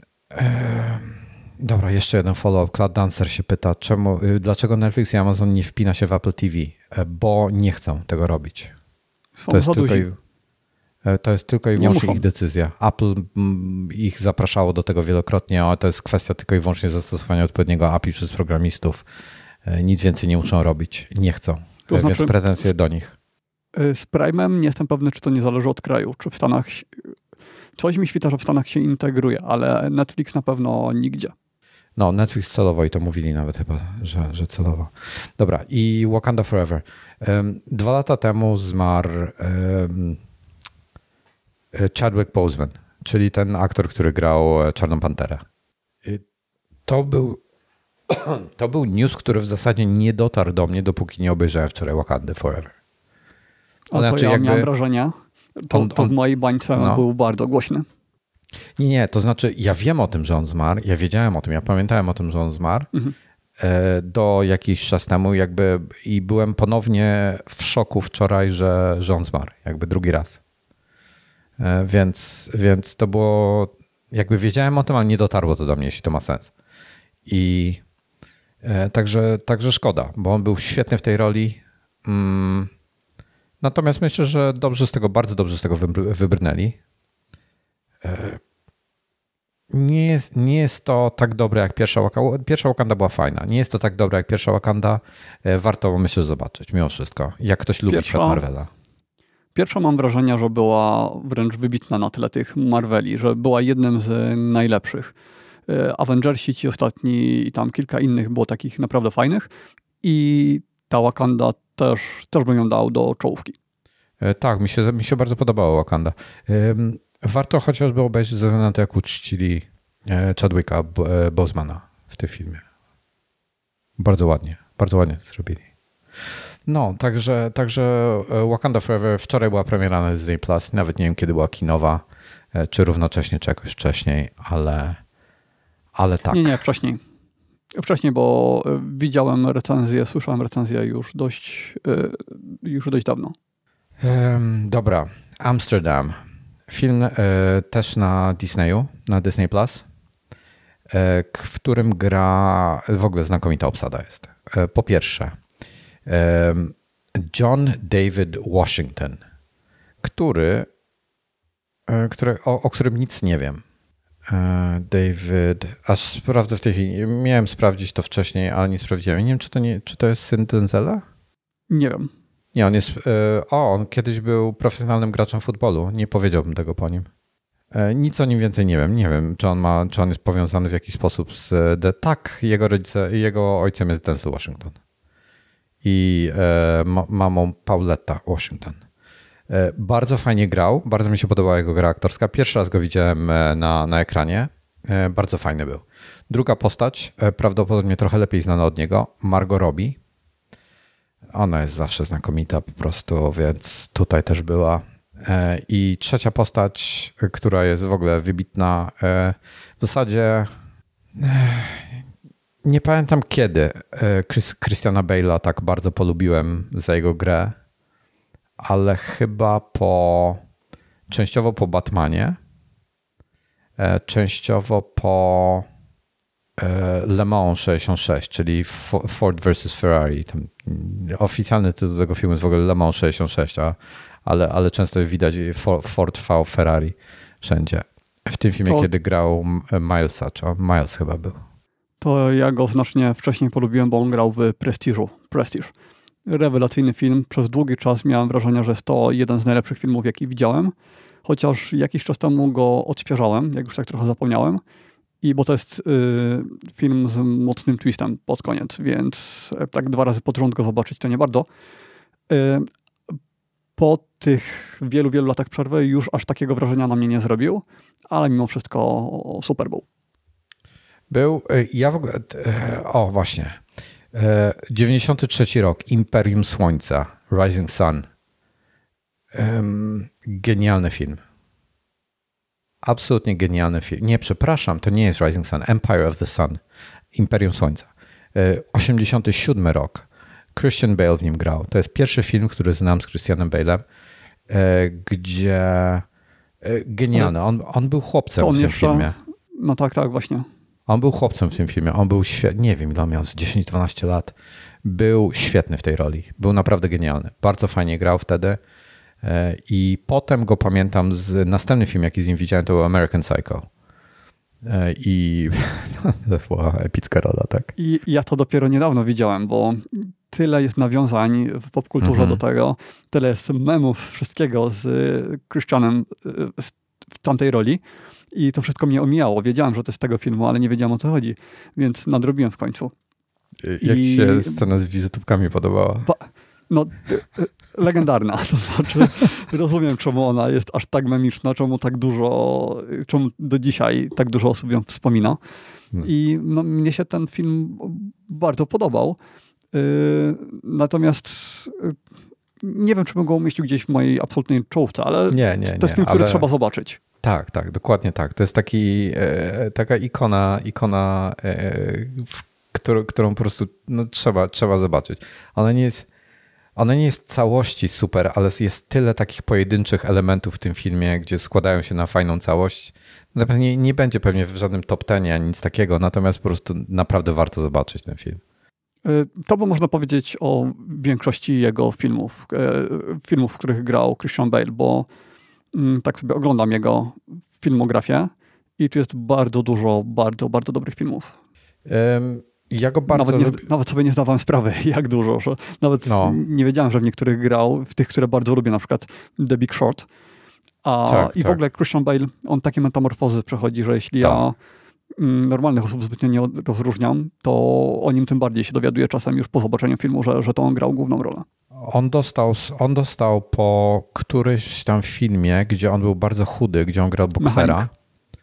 Dobra, jeszcze jeden follow-up. Cloud Dancer się pyta, czemu, dlaczego Netflix i Amazon nie wpina się w Apple T V? Bo nie chcą tego robić. To jest, tylko i, to jest tylko i wyłącznie ich decyzja. Apple ich zapraszało do tego wielokrotnie, a to jest kwestia tylko i wyłącznie zastosowania odpowiedniego A P I przez programistów. Nic więcej nie muszą robić. Nie chcą. To znaczy, więc pretensje do nich. Z Prime'em nie jestem pewny, czy to nie zależy od kraju. Czy w Stanach... Coś mi świta, że w Stanach się integruje, ale Netflix na pewno nigdzie. No, Netflix celowo i to mówili nawet chyba, że, że celowo. Dobra, i Wakanda Forever. Um, dwa lata temu zmarł um, Chadwick Boseman, czyli ten aktor, który grał Czarną Panterę. To był to był news, który w zasadzie nie dotarł do mnie, dopóki nie obejrzałem wczoraj Wakandy Forever. Ale to znaczy, ja jakby... miałem wrażenie, to, on, to w mojej bańce no. był bardzo głośny. Nie, nie, to znaczy ja wiem o tym, że on zmarł, ja wiedziałem o tym, ja pamiętałem o tym, że on zmarł mhm. do jakiś czas temu jakby i byłem ponownie w szoku wczoraj, że, że on zmarł, jakby drugi raz. Więc, więc to było, jakby wiedziałem o tym, ale nie dotarło to do mnie, jeśli to ma sens. I także, także szkoda, bo on był świetny w tej roli. Natomiast myślę, że dobrze z tego, bardzo dobrze z tego wybrnęli. Nie jest, nie jest to tak dobre jak pierwsza Wakanda. Pierwsza Wakanda była fajna. Nie jest to tak dobre jak pierwsza Wakanda. Warto, myślę, zobaczyć mimo wszystko. Jak ktoś lubi pierwsza, świat Marvela. Pierwsza mam wrażenie, że była wręcz wybitna na tle tych Marveli, że była jednym z najlepszych. Avengersi ci ostatni i tam kilka innych było takich naprawdę fajnych. I ta Wakanda też, też bym ją dał do czołówki. Tak, mi się, mi się bardzo podobała Wakanda. Warto chociażby obejrzeć ze względu na to, jak uczcili Chadwicka Bosemana w tym filmie. Bardzo ładnie, bardzo ładnie to zrobili. No, także, także Wakanda Forever wczoraj była premiera na Disney Plus. Nawet nie wiem, kiedy była kinowa, czy równocześnie, czy jakoś wcześniej, ale, ale tak. Nie, nie, wcześniej. Wcześniej, bo widziałem recenzję, słyszałem recenzję już dość, już dość dawno. Dobra, Amsterdam. Film też na Disneyu, na Disney Plus, w którym gra, w ogóle znakomita obsada jest. Po pierwsze, John David Washington, który, który o, o którym nic nie wiem. David, aż sprawdzę w tej chwili, miałem sprawdzić to wcześniej, ale nie sprawdziłem. Nie wiem, czy to, nie, czy to jest syn Denzela? Nie wiem. Nie, on jest, o, on kiedyś był profesjonalnym graczem futbolu, nie powiedziałbym tego po nim. Nic o nim więcej nie wiem, nie wiem, czy on ma, czy on jest powiązany w jakiś sposób z, The, tak, jego rodzice, jego ojcem jest Denzel Washington i e, mamą Pauletta Washington. E, bardzo fajnie grał, bardzo mi się podobała jego gra aktorska. Pierwszy raz go widziałem na, na ekranie, e, bardzo fajny był. Druga postać, e, prawdopodobnie trochę lepiej znana od niego, Margot Robbie. Ona jest zawsze znakomita po prostu, więc tutaj też była. E, I trzecia postać, która jest w ogóle wybitna, e, w zasadzie e, nie pamiętam kiedy Chris, Christiana Bale'a tak bardzo polubiłem za jego grę, ale chyba po częściowo po Batmanie, częściowo po Le Mans sześćdziesiąt sześć, czyli Ford versus Ferrari. Tam oficjalny tytuł tego filmu jest w ogóle Le Mans sześćdziesiąt sześć, a, ale, ale często widać Ford V Ferrari wszędzie. W tym filmie, to... kiedy grał Milesa, czy on Miles chyba był. To ja go znacznie wcześniej polubiłem, bo on grał w Prestiżu. Prestige. Rewelacyjny film. Przez długi czas miałem wrażenie, że jest to jeden z najlepszych filmów, jaki widziałem. Chociaż jakiś czas temu go odświeżałem, jak już tak trochę zapomniałem. I bo to jest y, film z mocnym twistem pod koniec, więc tak dwa razy pod rząd go zobaczyć to nie bardzo. Y, po tych wielu, wielu latach przerwy już aż takiego wrażenia na mnie nie zrobił, ale mimo wszystko super był. Był, ja w ogóle, o właśnie, dziewięćdziesiąty trzeci rok, Imperium Słońca, Rising Sun. Genialny film. Absolutnie genialny film. Nie, przepraszam, to nie jest Rising Sun, Empire of the Sun, Imperium Słońca. osiemdziesiąty siódmy rok, Christian Bale w nim grał. To jest pierwszy film, który znam z Christianem Bale'em, gdzie genialny. On, on był chłopcem on w tym jeszcze... filmie. No tak, tak, właśnie. On był chłopcem w tym filmie. On był świetny. Nie wiem, ile on miał, dziesięć dwanaście lat. Był świetny w tej roli. Był naprawdę genialny. Bardzo fajnie grał wtedy. I potem go pamiętam z następny film, jaki z nim widziałem, to był American Psycho. I to była epicka rola, tak? I ja to dopiero niedawno widziałem, bo tyle jest nawiązań w popkulturze mm-hmm. do tego, tyle jest memów, wszystkiego z Christianem w tamtej roli i to wszystko mnie omijało. Wiedziałem, że to jest z tego filmu, ale nie wiedziałem, o co chodzi, więc nadrobiłem w końcu. Jak I... ci się scena z wizytówkami podobała? Pa... No, legendarna, to znaczy rozumiem, czemu ona jest aż tak memiczna, czemu tak dużo, czemu do dzisiaj tak dużo osób ją wspomina. Hmm. I no, mnie się ten film bardzo podobał. Yy, natomiast yy, nie wiem, czy bym go umieścił gdzieś w mojej absolutnej czołówce, ale nie, nie, to jest nie, film, który ale... trzeba zobaczyć. Tak, tak, dokładnie tak. To jest taki, e, taka ikona, ikona e, w, którą, którą po prostu no, trzeba, trzeba zobaczyć. Ona nie jest, ona nie jest w całości super, ale jest tyle takich pojedynczych elementów w tym filmie, gdzie składają się na fajną całość. Natomiast nie, nie będzie pewnie w żadnym top tenie ani nic takiego, natomiast po prostu naprawdę warto zobaczyć ten film. To by można powiedzieć o większości jego filmów, filmów, w których grał Christian Bale, bo tak sobie oglądam jego filmografię i tu jest bardzo dużo, bardzo, bardzo dobrych filmów. Um, ja go bardzo nawet, nie, lubię. nawet sobie nie zdawałem sprawy, jak dużo, że nawet no. nie wiedziałem, że w niektórych grał, w tych, które bardzo lubię, na przykład The Big Short. A, tak, I tak. w ogóle Christian Bale, on takie metamorfozy przechodzi, że jeśli tak. ja normalnych osób zbytnio nie rozróżniam, to o nim tym bardziej się dowiaduję czasem już po zobaczeniu filmu, że, że to on grał główną rolę. On dostał, on dostał po którymś tam filmie, gdzie on był bardzo chudy, gdzie on grał boksera. Mechanik.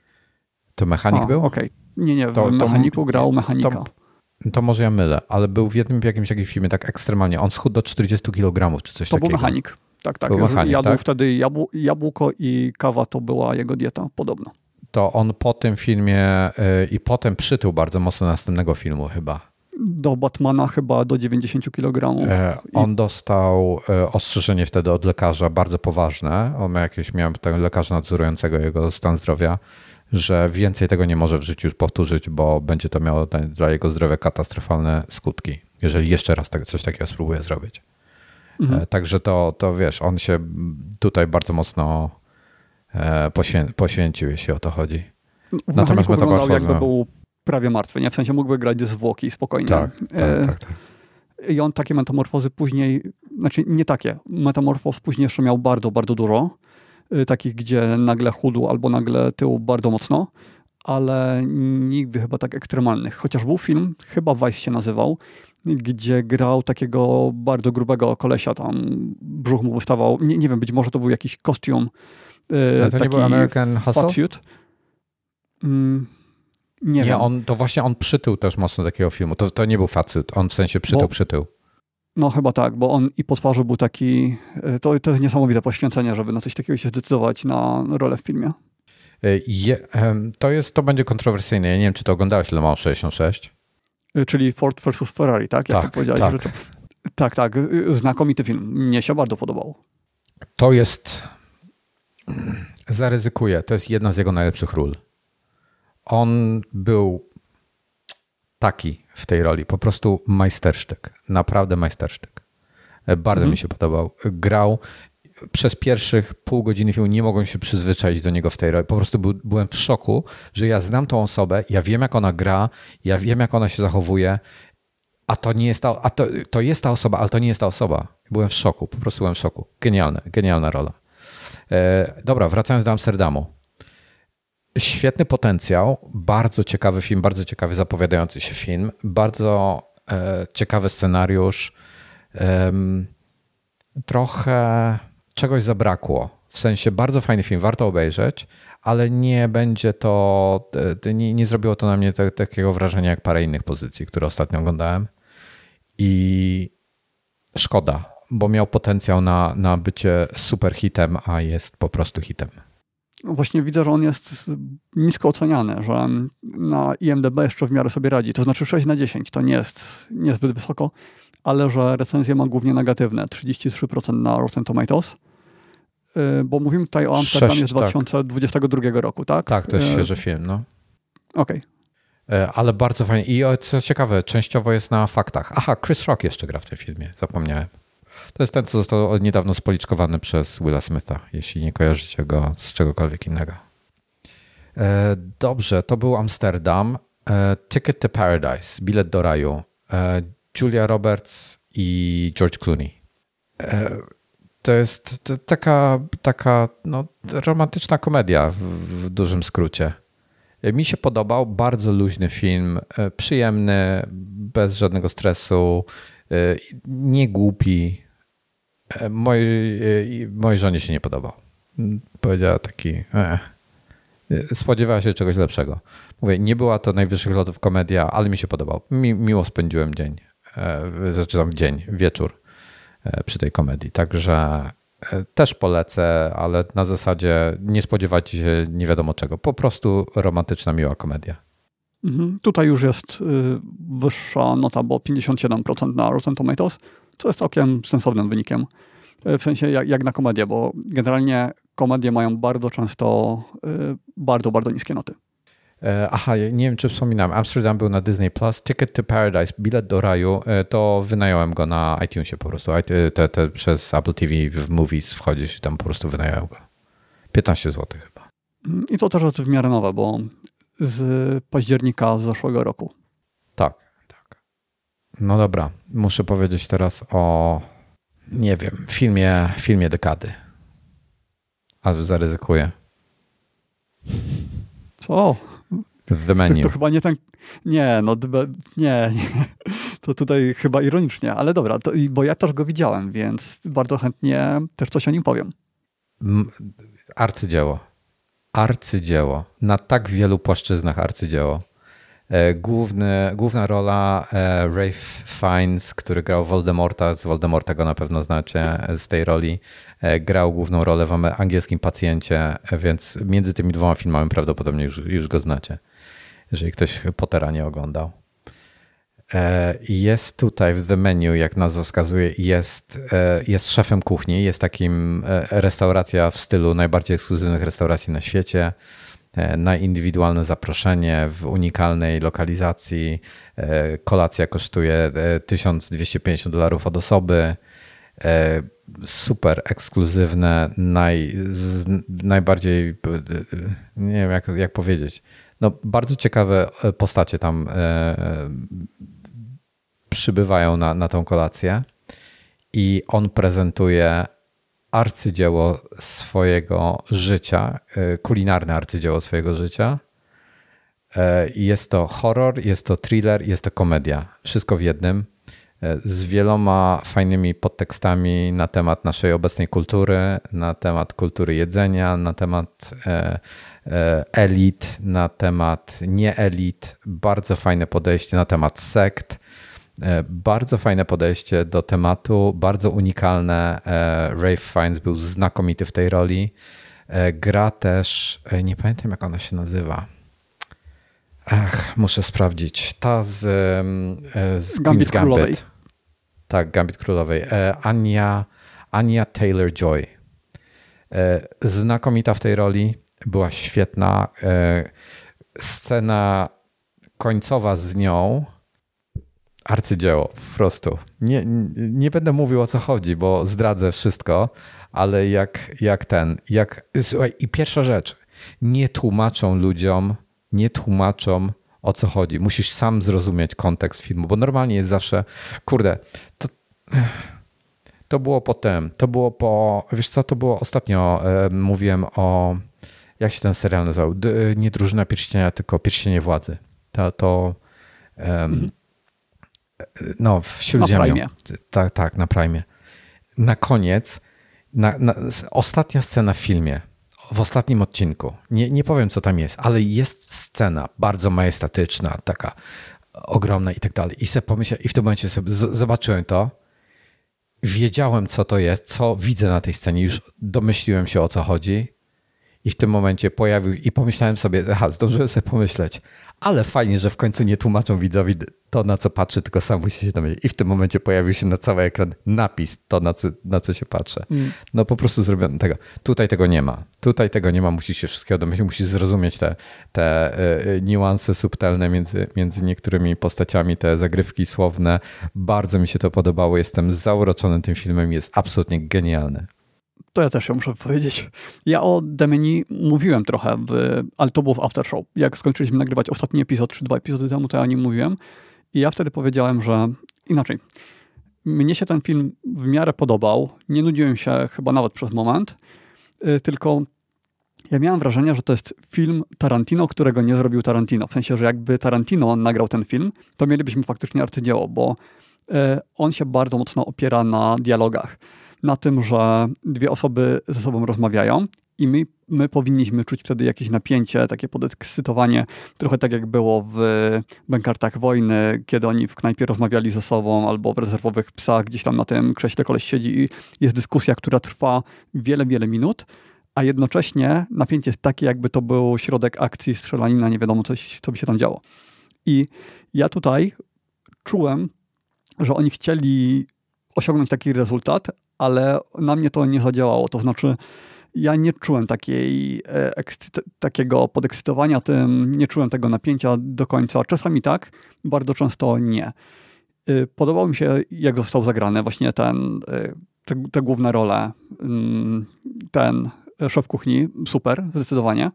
To mechanik A, był? Okej. Okay. Nie, nie, w to, mechaniku to, grał mechanika. To, to może ja mylę, ale był w jednym w jakimś takim filmie tak ekstremalnie. On schudł do czterdziestu kilogramów czy coś to takiego. To był mechanik. Tak, tak. Był mechanik, Jadł tak? wtedy jabł, jabłko i kawa to była jego dieta, podobno. To on po tym filmie yy, i potem przytył bardzo mocno następnego filmu chyba. Do Batmana chyba do dziewięćdziesięciu kilogramów. E, on I... dostał e, ostrzeżenie wtedy od lekarza, bardzo poważne. On miał jakieś, miałem tego lekarza nadzorującego jego stan zdrowia, że więcej tego nie może w życiu już powtórzyć, bo będzie to miało dla jego zdrowia katastrofalne skutki, jeżeli jeszcze raz tak, coś takiego spróbuje zrobić. Mhm. E, także to, to wiesz, on się tutaj bardzo mocno e, poświę- poświęcił, jeśli o to chodzi. W Natomiast metamorfoza jakby był prawie martwy, nie? W sensie mógłby grać zwłoki spokojnie. Tak, tak, tak, tak. I on takie metamorfozy później, znaczy nie takie, metamorfoz później jeszcze miał bardzo, bardzo dużo. Takich, gdzie nagle chudł albo nagle tył bardzo mocno, ale nigdy chyba tak ekstremalnych. Chociaż był film, chyba Vice się nazywał, gdzie grał takiego bardzo grubego kolesia, tam brzuch mu wystawał, nie, nie wiem, być może to był jakiś kostium. A to taki nie był American Hustle? Mm, nie, nie wiem. On, to właśnie on przytył też mocno takiego filmu. To, to nie był facet, on w sensie przytył, bo, przytył. No chyba tak, bo on i po twarzy był taki, to, to jest niesamowite poświęcenie, żeby na coś takiego się zdecydować na rolę w filmie. Je, to jest, to będzie kontrowersyjne. Ja nie wiem, czy to oglądałeś Le Mans sześćdziesiąt sześć? Czyli Ford versus Ferrari, tak? Jak tak, powiedziałeś, tak. Że to... tak, tak. Znakomity film. Mnie się bardzo podobał. To jest, zaryzykuję, to jest jedna z jego najlepszych ról. On był taki w tej roli, po prostu majstersztyk, naprawdę majstersztyk. Bardzo mhm. mi się podobał. Grał przez pierwszych pół godziny filmu, nie mogłem się przyzwyczaić do niego w tej roli. Po prostu był, byłem w szoku, że ja znam tą osobę, ja wiem jak ona gra, ja wiem jak ona się zachowuje, a to nie jest ta, a to, to jest ta osoba, ale to nie jest ta osoba. Byłem w szoku, po prostu byłem w szoku. Genialne, genialna rola. E, dobra, wracając do Amsterdamu. Świetny potencjał, bardzo ciekawy film, bardzo ciekawy zapowiadający się film, bardzo e, ciekawy scenariusz. E, trochę czegoś zabrakło, w sensie bardzo fajny film, warto obejrzeć, ale nie będzie to, nie, nie zrobiło to na mnie te, takiego wrażenia jak parę innych pozycji, które ostatnio oglądałem i szkoda, bo miał potencjał na, na bycie super hitem, a jest po prostu hitem. Właśnie widzę, że on jest nisko oceniany, że na I M D B jeszcze w miarę sobie radzi. To znaczy sześć na dziesięć, to nie jest niezbyt wysoko, ale że recenzje ma głównie negatywne, trzydzieści trzy procent na Rotten Tomatoes, bo mówimy tutaj o Amsterdamie z dwa tysiące dwudziestego drugiego roku, tak? Tak, to jest świeży film, no. Okej. Okay. Ale bardzo fajnie. I co ciekawe, częściowo jest na faktach. Aha, Chris Rock jeszcze gra w tym filmie, zapomniałem. To jest ten, co został niedawno spoliczkowany przez Willa Smitha, jeśli nie kojarzycie go z czegokolwiek innego. Dobrze, to był Amsterdam. Ticket to Paradise, bilet do raju. Julia Roberts i George Clooney. To jest taka, taka no, romantyczna komedia w, w dużym skrócie. Mi się podobał, bardzo luźny film, przyjemny, bez żadnego stresu, nie głupi. Mojej, mojej żonie się nie podobał. Powiedziała taki, eh. spodziewała się czegoś lepszego. Mówię, nie była to najwyższych lotów komedia, ale mi się podobał. Mi, miło spędziłem dzień, znaczy tam dzień, wieczór przy tej komedii. Także też polecę, ale na zasadzie nie spodziewajcie się nie wiadomo czego. Po prostu romantyczna, miła komedia. Mhm. Tutaj już jest wyższa nota, bo pięćdziesiąt siedem procent na Rotten Tomatoes, co jest całkiem sensownym wynikiem. W sensie jak, jak na komedię, bo generalnie komedie mają bardzo często bardzo, bardzo niskie noty. Aha, nie wiem, czy wspominałem. Amsterdam był na Disney Plus. Ticket to Paradise, bilet do raju, to wynająłem go na iTunesie po prostu. Te, te, przez Apple T V w Movies wchodzisz i tam po prostu wynająłem go. piętnaście złotych chyba. I to też jest w miarę nowe, bo z października zeszłego roku. Tak, tak. No dobra, muszę powiedzieć teraz o, nie wiem, filmie, filmie dekady. Ale zaryzykuję. Co? The Menu. To, to chyba nie ten... Nie, no nie, nie. To tutaj chyba ironicznie, ale dobra, to, bo ja też go widziałem, więc bardzo chętnie też coś o nim powiem. Arcydzieło. Arcydzieło. Na tak wielu płaszczyznach arcydzieło. Główny, główna rola Ralph Fiennes, który grał Voldemorta, z Voldemorta go na pewno znacie z tej roli, grał główną rolę w Angielskim Pacjencie, więc między tymi dwoma filmami prawdopodobnie już, już go znacie, jeżeli ktoś Pottera nie oglądał. Jest tutaj w The Menu, jak nazwa wskazuje, jest, jest szefem kuchni, jest takim restauracja w stylu najbardziej ekskluzywnych restauracji na świecie, na indywidualne zaproszenie w unikalnej lokalizacji. Kolacja kosztuje tysiąc dwieście pięćdziesiąt dolarów od osoby. Super ekskluzywne, naj, z, najbardziej, nie wiem jak, jak powiedzieć, no bardzo ciekawe postacie tam e, przybywają na, na tą kolację i on prezentuje arcydzieło swojego życia, kulinarne arcydzieło swojego życia. Jest to horror, jest to thriller, jest to komedia. Wszystko w jednym. Z wieloma fajnymi podtekstami na temat naszej obecnej kultury, na temat kultury jedzenia, na temat elit, na temat nie-elit. Bardzo fajne podejście na temat sekt. Bardzo fajne podejście do tematu, bardzo unikalne. Ralph Fiennes był znakomity w tej roli. Gra też, nie pamiętam jak ona się nazywa. Ach, muszę sprawdzić. Ta z, z Gambit Queen's Królowej. Gambit. Tak, Gambit Królowej. Anya, Anya Taylor-Joy. Znakomita w tej roli. Była świetna. Scena końcowa z nią. Arcydzieło, po prostu. Nie, nie będę mówił o co chodzi, bo zdradzę wszystko, ale jak, jak ten, jak... Słuchaj, i pierwsza rzecz, nie tłumaczą ludziom, nie tłumaczą o co chodzi. Musisz sam zrozumieć kontekst filmu, bo normalnie jest zawsze, kurde, to, to było po tym, to było po, wiesz co, to było ostatnio, e, mówiłem o, jak się ten serial nazywał? D, nie Drużyna Pierścienia, tylko Pierścienie Władzy. To, to e, mhm. No, w Śródziemiu. Na tak, tak, na Prime. Na koniec, na, na, ostatnia scena w filmie, w ostatnim odcinku, nie, nie powiem co tam jest, ale jest scena bardzo majestatyczna, taka ogromna i tak dalej. I sobie pomyślałem, i w tym momencie sobie z- zobaczyłem to, wiedziałem co to jest, co widzę na tej scenie, już domyśliłem się o co chodzi i w tym momencie pojawił i pomyślałem sobie, aha, zdążyłem sobie pomyśleć, ale fajnie, że w końcu nie tłumaczą widzowi to, na co patrzy, tylko sam musi się domyślić. I w tym momencie pojawił się na cały ekran napis, to na co, na co się patrzę. Mm. No po prostu zrobiono tego. Tutaj tego nie ma. Tutaj tego nie ma, musisz się wszystkiego domyślić, musisz zrozumieć te, te y, niuanse subtelne między, między niektórymi postaciami, te zagrywki słowne. Bardzo mi się to podobało, jestem zauroczony tym filmem, jest absolutnie genialny. To ja też ją muszę powiedzieć. Ja o The Menu mówiłem trochę, w, ale to było w After Show. Jak skończyliśmy nagrywać ostatni epizod, czy dwa epizody temu, to ja o nim mówiłem. I ja wtedy powiedziałem, że inaczej. Mnie się ten film w miarę podobał. Nie nudziłem się chyba nawet przez moment. Yy, tylko ja miałem wrażenie, że to jest film Tarantino, którego nie zrobił Tarantino. W sensie, że jakby Tarantino nagrał ten film, to mielibyśmy faktycznie arcydzieło, bo yy, on się bardzo mocno opiera na dialogach. Na tym, że dwie osoby ze sobą rozmawiają i my, my powinniśmy czuć wtedy jakieś napięcie, takie podekscytowanie, trochę tak jak było w Bękartach Wojny, kiedy oni w knajpie rozmawiali ze sobą, albo w Rezerwowych Psach, gdzieś tam na tym krześle koleś siedzi i jest dyskusja, która trwa wiele, wiele minut, a jednocześnie napięcie jest takie, jakby to był środek akcji, strzelanina, nie wiadomo, coś, co by się tam działo. I ja tutaj czułem, że oni chcieli osiągnąć taki rezultat, ale na mnie to nie zadziałało. To znaczy, ja nie czułem takiej, ekscy- takiego podekscytowania tym, nie czułem tego napięcia do końca. Czasami tak, bardzo często nie. Podobało mi się, jak został zagrany właśnie ten, te, te główne role, ten szef kuchni, super, zdecydowanie.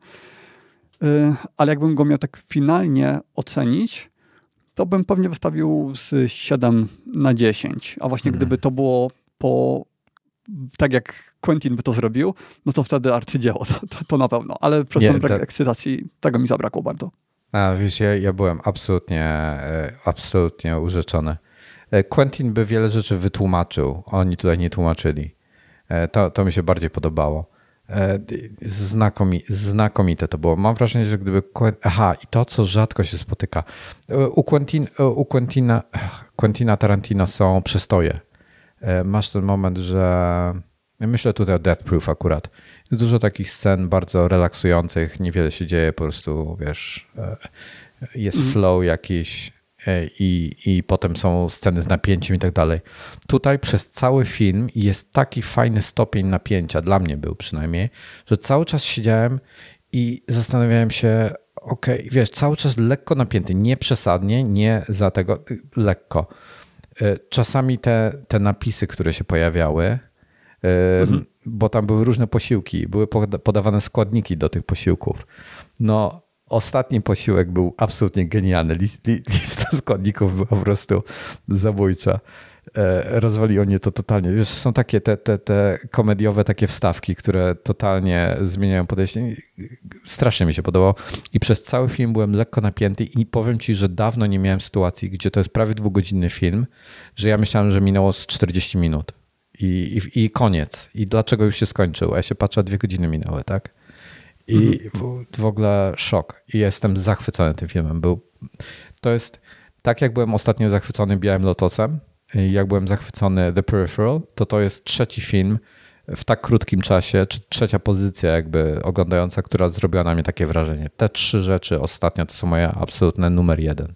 Ale jakbym go miał tak finalnie ocenić, to bym pewnie wystawił z siedem na dziesięć. A właśnie hmm. gdyby to było po tak jak Quentin by to zrobił, no to wtedy arcydzieło, to, to, to na pewno. Ale przez ten brak to... ekscytacji tego mi zabrakło bardzo. A wiesz, ja, ja byłem absolutnie, absolutnie urzeczony. Quentin by wiele rzeczy wytłumaczył, oni tutaj nie tłumaczyli. To, to mi się bardziej podobało. Znakomi, znakomite to było. Mam wrażenie, że gdyby... Aha, i to, co rzadko się spotyka. U, Quentin, u Quentina, Quentina Tarantino są przystoje. Masz ten moment, że... Myślę tutaj o Death Proof akurat. Jest dużo takich scen bardzo relaksujących, niewiele się dzieje, po prostu, wiesz, jest mm. flow jakiś i, i potem są sceny z napięciem i tak dalej. Tutaj przez cały film jest taki fajny stopień napięcia, dla mnie był przynajmniej, że cały czas siedziałem i zastanawiałem się, okej, okay, wiesz, cały czas lekko napięty, nie przesadnie, nie za tego, lekko. Czasami te, te napisy, które się pojawiały, mhm. bo tam były różne posiłki, były podawane składniki do tych posiłków. No, ostatni posiłek był absolutnie genialny. Lista składników była po prostu zabójcza. Rozwaliło mnie to totalnie. Wiesz, są takie te, te, te komediowe takie wstawki, które totalnie zmieniają podejście. Strasznie mi się podobało i przez cały film byłem lekko napięty i powiem ci, że dawno nie miałem sytuacji, gdzie to jest prawie dwugodzinny film, że ja myślałem, że minęło z czterdzieści minut i, i, i koniec. I dlaczego już się skończył? A ja się patrzę, a dwie godziny minęły, tak? I mhm. w, w ogóle szok. I jestem zachwycony tym filmem. Był, to jest tak, jak byłem ostatnio zachwycony Białym Lotosem, jak byłem zachwycony The Peripheral, to to jest trzeci film w tak krótkim czasie, czy trzecia pozycja jakby oglądająca, która zrobiła na mnie takie wrażenie. Te trzy rzeczy ostatnio to są moje absolutne numer jeden.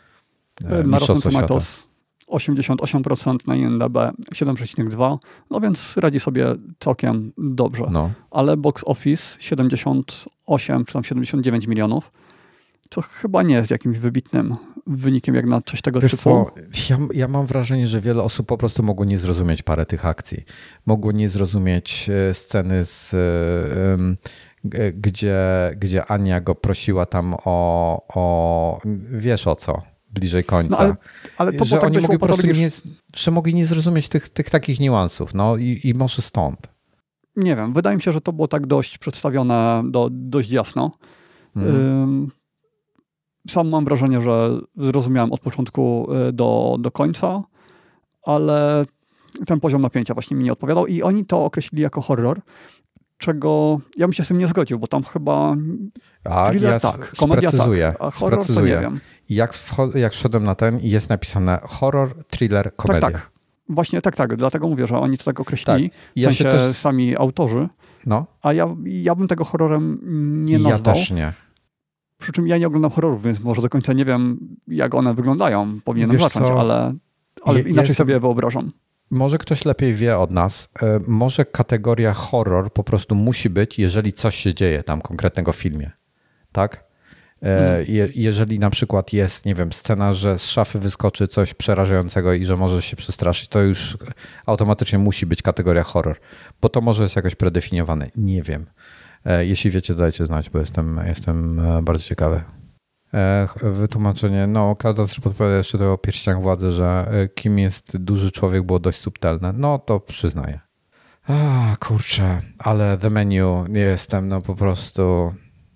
Na Rotten Tomatoes osiemdziesiąt osiem procent, na I M D B siedem przecinek dwa, no więc radzi sobie całkiem dobrze. No. Ale box office siedemdziesiąt osiem czy tam siedemdziesiąt dziewięć milionów, to chyba nie jest jakimś wybitnym wynikiem jak na coś tego Wiesz typu. Co, ja, ja mam wrażenie, że wiele osób po prostu mogło nie zrozumieć parę tych akcji. Mogło nie zrozumieć sceny, z, um, gdzie, gdzie Ania go prosiła tam o, o wiesz o co, bliżej końca. No ale, ale to że tak oni mogli po prostu nie, że mogli nie zrozumieć tych, tych takich niuansów. No i, i może stąd. Nie wiem, wydaje mi się, że to było tak dość przedstawione do, dość jasno. Hmm. Um, Sam mam wrażenie, że zrozumiałem od początku do, do końca, ale ten poziom napięcia właśnie mi nie odpowiadał i oni to określili jako horror, czego ja bym się z tym nie zgodził, bo tam chyba a, thriller ja tak, komedia tak, a horror to nie wiem. Jak, wcho- jak wszedłem na ten i jest napisane horror, thriller, komedia. Tak, tak. Właśnie tak, tak. Dlatego mówię, że oni to tak określili, tak. w ja sensie się też... sami autorzy, no. a ja, ja bym tego horrorem nie nazwał. Ja też nie. Przy czym ja nie oglądam horrorów, więc może do końca nie wiem, jak one wyglądają. Powinienem Wiesz zacząć, co? ale, ale Je, inaczej jestem, sobie wyobrażam. Może ktoś lepiej wie od nas. Może kategoria horror po prostu musi być, jeżeli coś się dzieje tam konkretnego w filmie. Tak? Hmm. Je, jeżeli na przykład jest, nie wiem, scena, że z szafy wyskoczy coś przerażającego i że możesz się przestraszyć, to już automatycznie musi być kategoria horror. Bo to może jest jakoś predefiniowane. Nie wiem. Jeśli wiecie, dajcie znać, bo jestem, jestem bardzo ciekawy. Wytłumaczenie, no Klaudia też podpowiada jeszcze to o pierścieniach władzy, że kim jest duży człowiek było dość subtelne. No to przyznaję. A, kurczę, ale The Menu, nie jestem, no po prostu...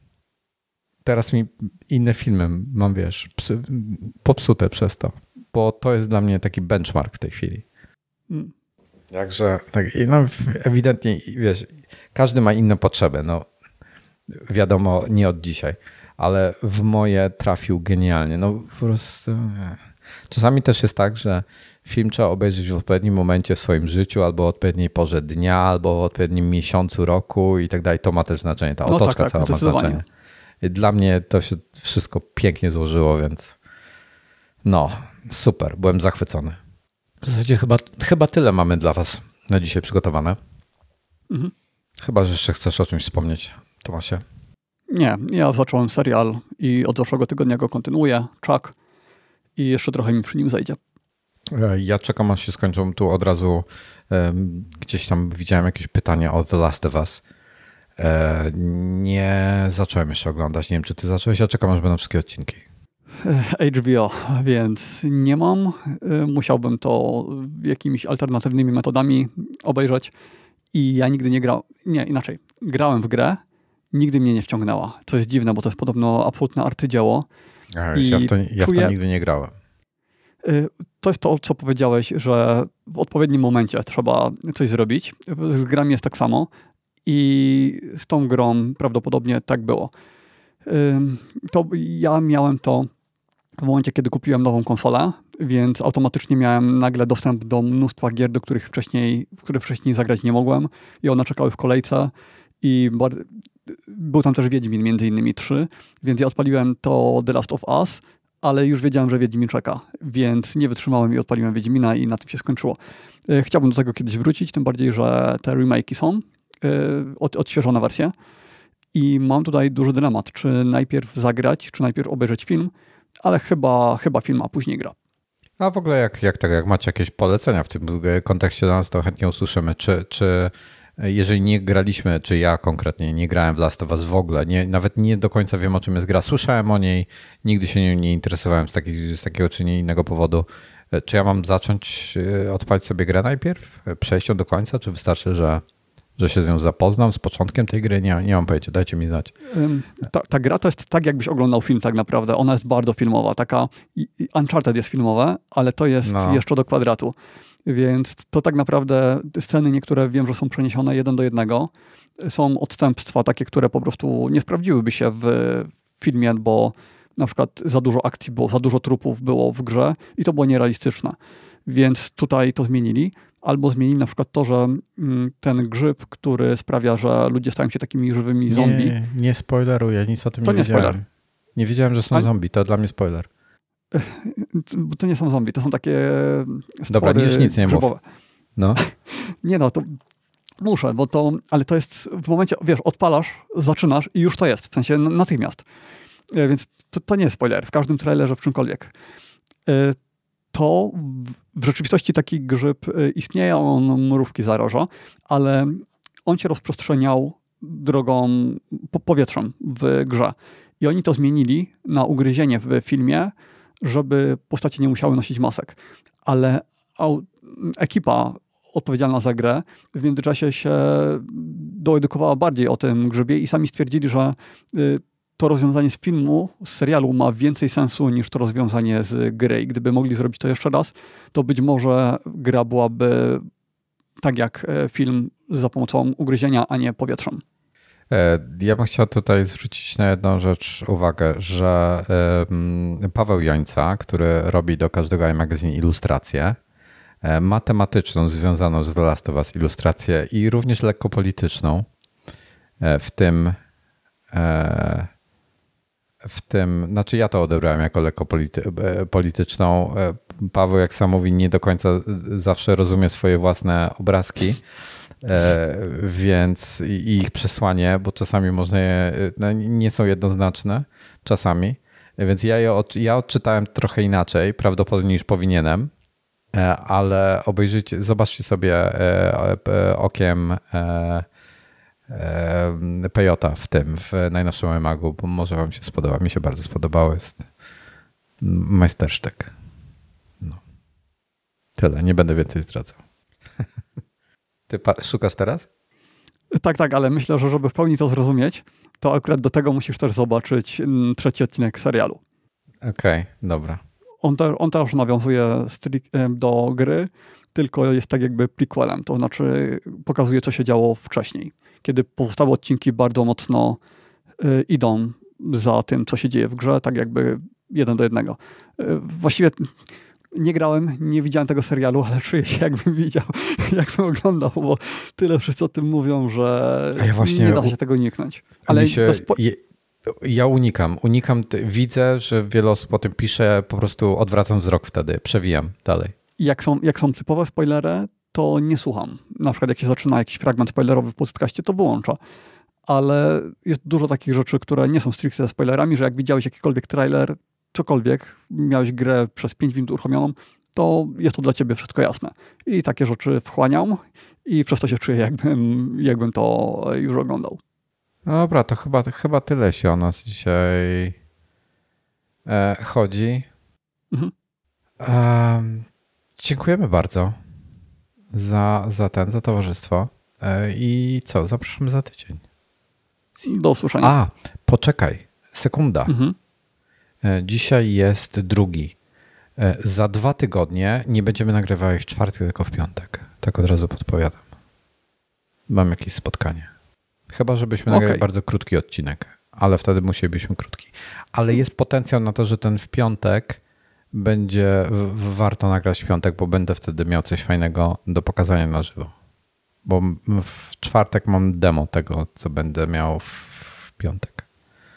Teraz mi inne filmy mam, wiesz, psy, popsute przez to, bo to jest dla mnie taki benchmark w tej chwili. Jakże, tak, no ewidentnie, wiesz, każdy ma inne potrzeby, no wiadomo, nie od dzisiaj, ale w moje trafił genialnie, no po prostu... Nie. Czasami też jest tak, że film trzeba obejrzeć w odpowiednim momencie w swoim życiu, albo o odpowiedniej porze dnia, albo w odpowiednim miesiącu, roku i tak dalej. To ma też znaczenie. Ta otoczka no tak, tak, cała ma znaczenie. Dla mnie to się wszystko pięknie złożyło, więc no, super. Byłem zachwycony. W zasadzie chyba, chyba tyle mamy dla was na dzisiaj przygotowane. Mhm. Chyba, że jeszcze chcesz o czymś wspomnieć, Tomasie. Nie, ja zacząłem serial i od zeszłego tygodnia go kontynuuję. Chuck. I jeszcze trochę mi przy nim zajdzie. Ja czekam, aż się skończą. Tu od razu um, gdzieś tam widziałem jakieś pytanie o The Last of Us. E, nie zacząłem jeszcze oglądać. Nie wiem, czy ty zacząłeś. Ja czekam, aż będą wszystkie odcinki. H B O, więc nie mam. Musiałbym to jakimiś alternatywnymi metodami obejrzeć. I ja nigdy nie grałem. Nie, inaczej. Grałem w grę. Nigdy mnie nie wciągnęła. To jest dziwne, bo to jest podobno absolutne arcydzieło. A, ja w to, ja czuję, w to nigdy nie grałem. To jest to, co powiedziałeś, że w odpowiednim momencie trzeba coś zrobić. Z grami jest tak samo i z tą grą prawdopodobnie tak było. To ja miałem to w momencie, kiedy kupiłem nową konsolę, więc automatycznie miałem nagle dostęp do mnóstwa gier, do których wcześniej, w które wcześniej zagrać nie mogłem i one czekały w kolejce i bar- był tam też Wiedźmin, między innymi trzy, więc ja odpaliłem to The Last of Us, ale już wiedziałem, że Wiedźmin czeka, więc nie wytrzymałem i odpaliłem Wiedźmina i na tym się skończyło. Chciałbym do tego kiedyś wrócić, tym bardziej, że te remake'i są, od, odświeżone wersje i mam tutaj duży dylemat, czy najpierw zagrać, czy najpierw obejrzeć film, ale chyba, chyba film, a później gra. A w ogóle jak, jak, tak, jak macie jakieś polecenia w tym kontekście dla nas, to chętnie usłyszymy, czy, czy jeżeli nie graliśmy, czy ja konkretnie nie grałem w Last of Us w ogóle, nie, nawet nie do końca wiem, o czym jest gra, słyszałem o niej, nigdy się nią nie interesowałem z, takich, z takiego czy nie innego powodu. Czy ja mam zacząć odpalić sobie grę najpierw, przejść ją do końca, czy wystarczy, że, że się z nią zapoznam, z początkiem tej gry? Nie, nie mam pojęcia, dajcie mi znać. Ta, ta gra to jest tak, jakbyś oglądał film tak naprawdę. Ona jest bardzo filmowa, taka Uncharted jest filmowe, ale to jest no. jeszcze do kwadratu. Więc to tak naprawdę sceny niektóre wiem, że są przeniesione jeden do jednego. Są odstępstwa takie, które po prostu nie sprawdziłyby się w filmie, bo na przykład za dużo akcji było, za dużo trupów było w grze i to było nierealistyczne. Więc tutaj to zmienili. Albo zmienili na przykład to, że ten grzyb, który sprawia, że ludzie stają się takimi żywymi zombie. Nie, nie spoileruję, nic o tym to nie, nie wiedziałem. Spoiler. Nie wiedziałem, że są A... zombie, to dla mnie spoiler. To nie są zombie, to są takie Dobra, nic, nic nie grzybowe. mów. No. Nie no, to muszę, bo to, ale to jest w momencie, wiesz, odpalasz, zaczynasz i już to jest, w sensie natychmiast. Więc to, to nie jest spoiler, w każdym trailerze, w czymkolwiek. To w rzeczywistości taki grzyb istnieje, on mrówki zaraża, ale on się rozprzestrzeniał drogą, po, powietrzem w grze. I oni to zmienili na ugryzienie w filmie, żeby postacie nie musiały nosić masek. Ale au, ekipa odpowiedzialna za grę w międzyczasie się doedukowała bardziej o tym grzybie i sami stwierdzili, że y, to rozwiązanie z filmu, z serialu ma więcej sensu niż to rozwiązanie z gry. I gdyby mogli zrobić to jeszcze raz, to być może gra byłaby tak jak film za pomocą ugryzienia, a nie powietrzem. Ja bym chciał tutaj zwrócić na jedną rzecz uwagę, że Paweł Jońca, który robi do każdego iMagazine ilustrację, ma tematyczną, związaną z The Last of Us ilustrację i również lekko polityczną. W tym, w tym, znaczy ja to odebrałem jako lekko polity, polityczną. Paweł, jak sam mówi, nie do końca zawsze rozumie swoje własne obrazki. Więc i ich przesłanie, bo czasami można je, no nie są jednoznaczne, czasami, więc ja je od, ja odczytałem trochę inaczej, prawdopodobnie niż powinienem, ale obejrzyjcie, zobaczcie sobie okiem Pejota w tym, w najnowszym iMagu, bo może wam się spodoba, mi się bardzo spodobało, jest majstersztyk. No. Tyle, nie będę więcej zdradzał. Ty szukasz teraz? Tak, tak, ale myślę, że żeby w pełni to zrozumieć, to akurat do tego musisz też zobaczyć trzeci odcinek serialu. Okej, okay, dobra. On, te, on też nawiązuje do gry tylko jest tak jakby prequelem, to znaczy pokazuje, co się działo wcześniej, kiedy pozostałe odcinki bardzo mocno y, idą za tym, co się dzieje w grze, tak jakby jeden do jednego. Y, właściwie nie grałem, nie widziałem tego serialu, ale czuję się, jakbym widział, jakbym oglądał, bo tyle wszyscy o tym mówią, że ja właśnie, nie da się tego uniknąć. Ale się, po... je, ja unikam, unikam, widzę, że wiele osób o tym pisze, po prostu odwracam wzrok wtedy, przewijam dalej. Jak są, jak są typowe spoilery, to nie słucham. Na przykład jak się zaczyna jakiś fragment spoilerowy w podcaście, to wyłączę. Ale jest dużo takich rzeczy, które nie są stricte spoilerami, że jak widziałeś jakikolwiek trailer, cokolwiek, miałeś grę przez pięć minut uruchomioną, to jest to dla ciebie wszystko jasne. I takie rzeczy wchłaniam i przez to się czuję, jakbym, jakbym to już oglądał. No dobra, to chyba, to chyba tyle się o nas dzisiaj e, chodzi. Mhm. E, dziękujemy bardzo za, za ten, za towarzystwo. E, I co, zapraszamy za tydzień. Do usłyszenia. A, poczekaj, sekunda. Mhm. Dzisiaj jest drugi. Za dwa tygodnie nie będziemy nagrywali w czwartek, tylko w piątek. Tak od razu podpowiadam. Mam jakieś spotkanie. Chyba, żebyśmy okay. nagrali bardzo krótki odcinek, ale wtedy musielibyśmy krótki. Ale jest potencjał na to, że ten w piątek będzie w, warto nagrać w piątek, bo będę wtedy miał coś fajnego do pokazania na żywo. Bo w czwartek mam demo tego, co będę miał w, w piątek.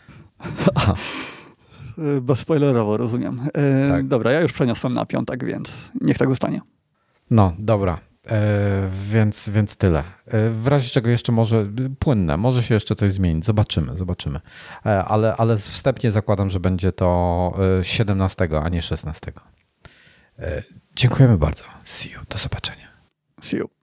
Bezspoilerowo, rozumiem. E, tak. Dobra, ja już przeniosłem na piątek, więc niech tak zostanie. No, dobra. E, więc, więc tyle. E, w razie czego jeszcze może płynne, może się jeszcze coś zmienić. Zobaczymy, zobaczymy. E, ale, ale wstępnie zakładam, że będzie to siedemnastego, a nie szesnastego. E, dziękujemy bardzo. See you. Do zobaczenia. See you.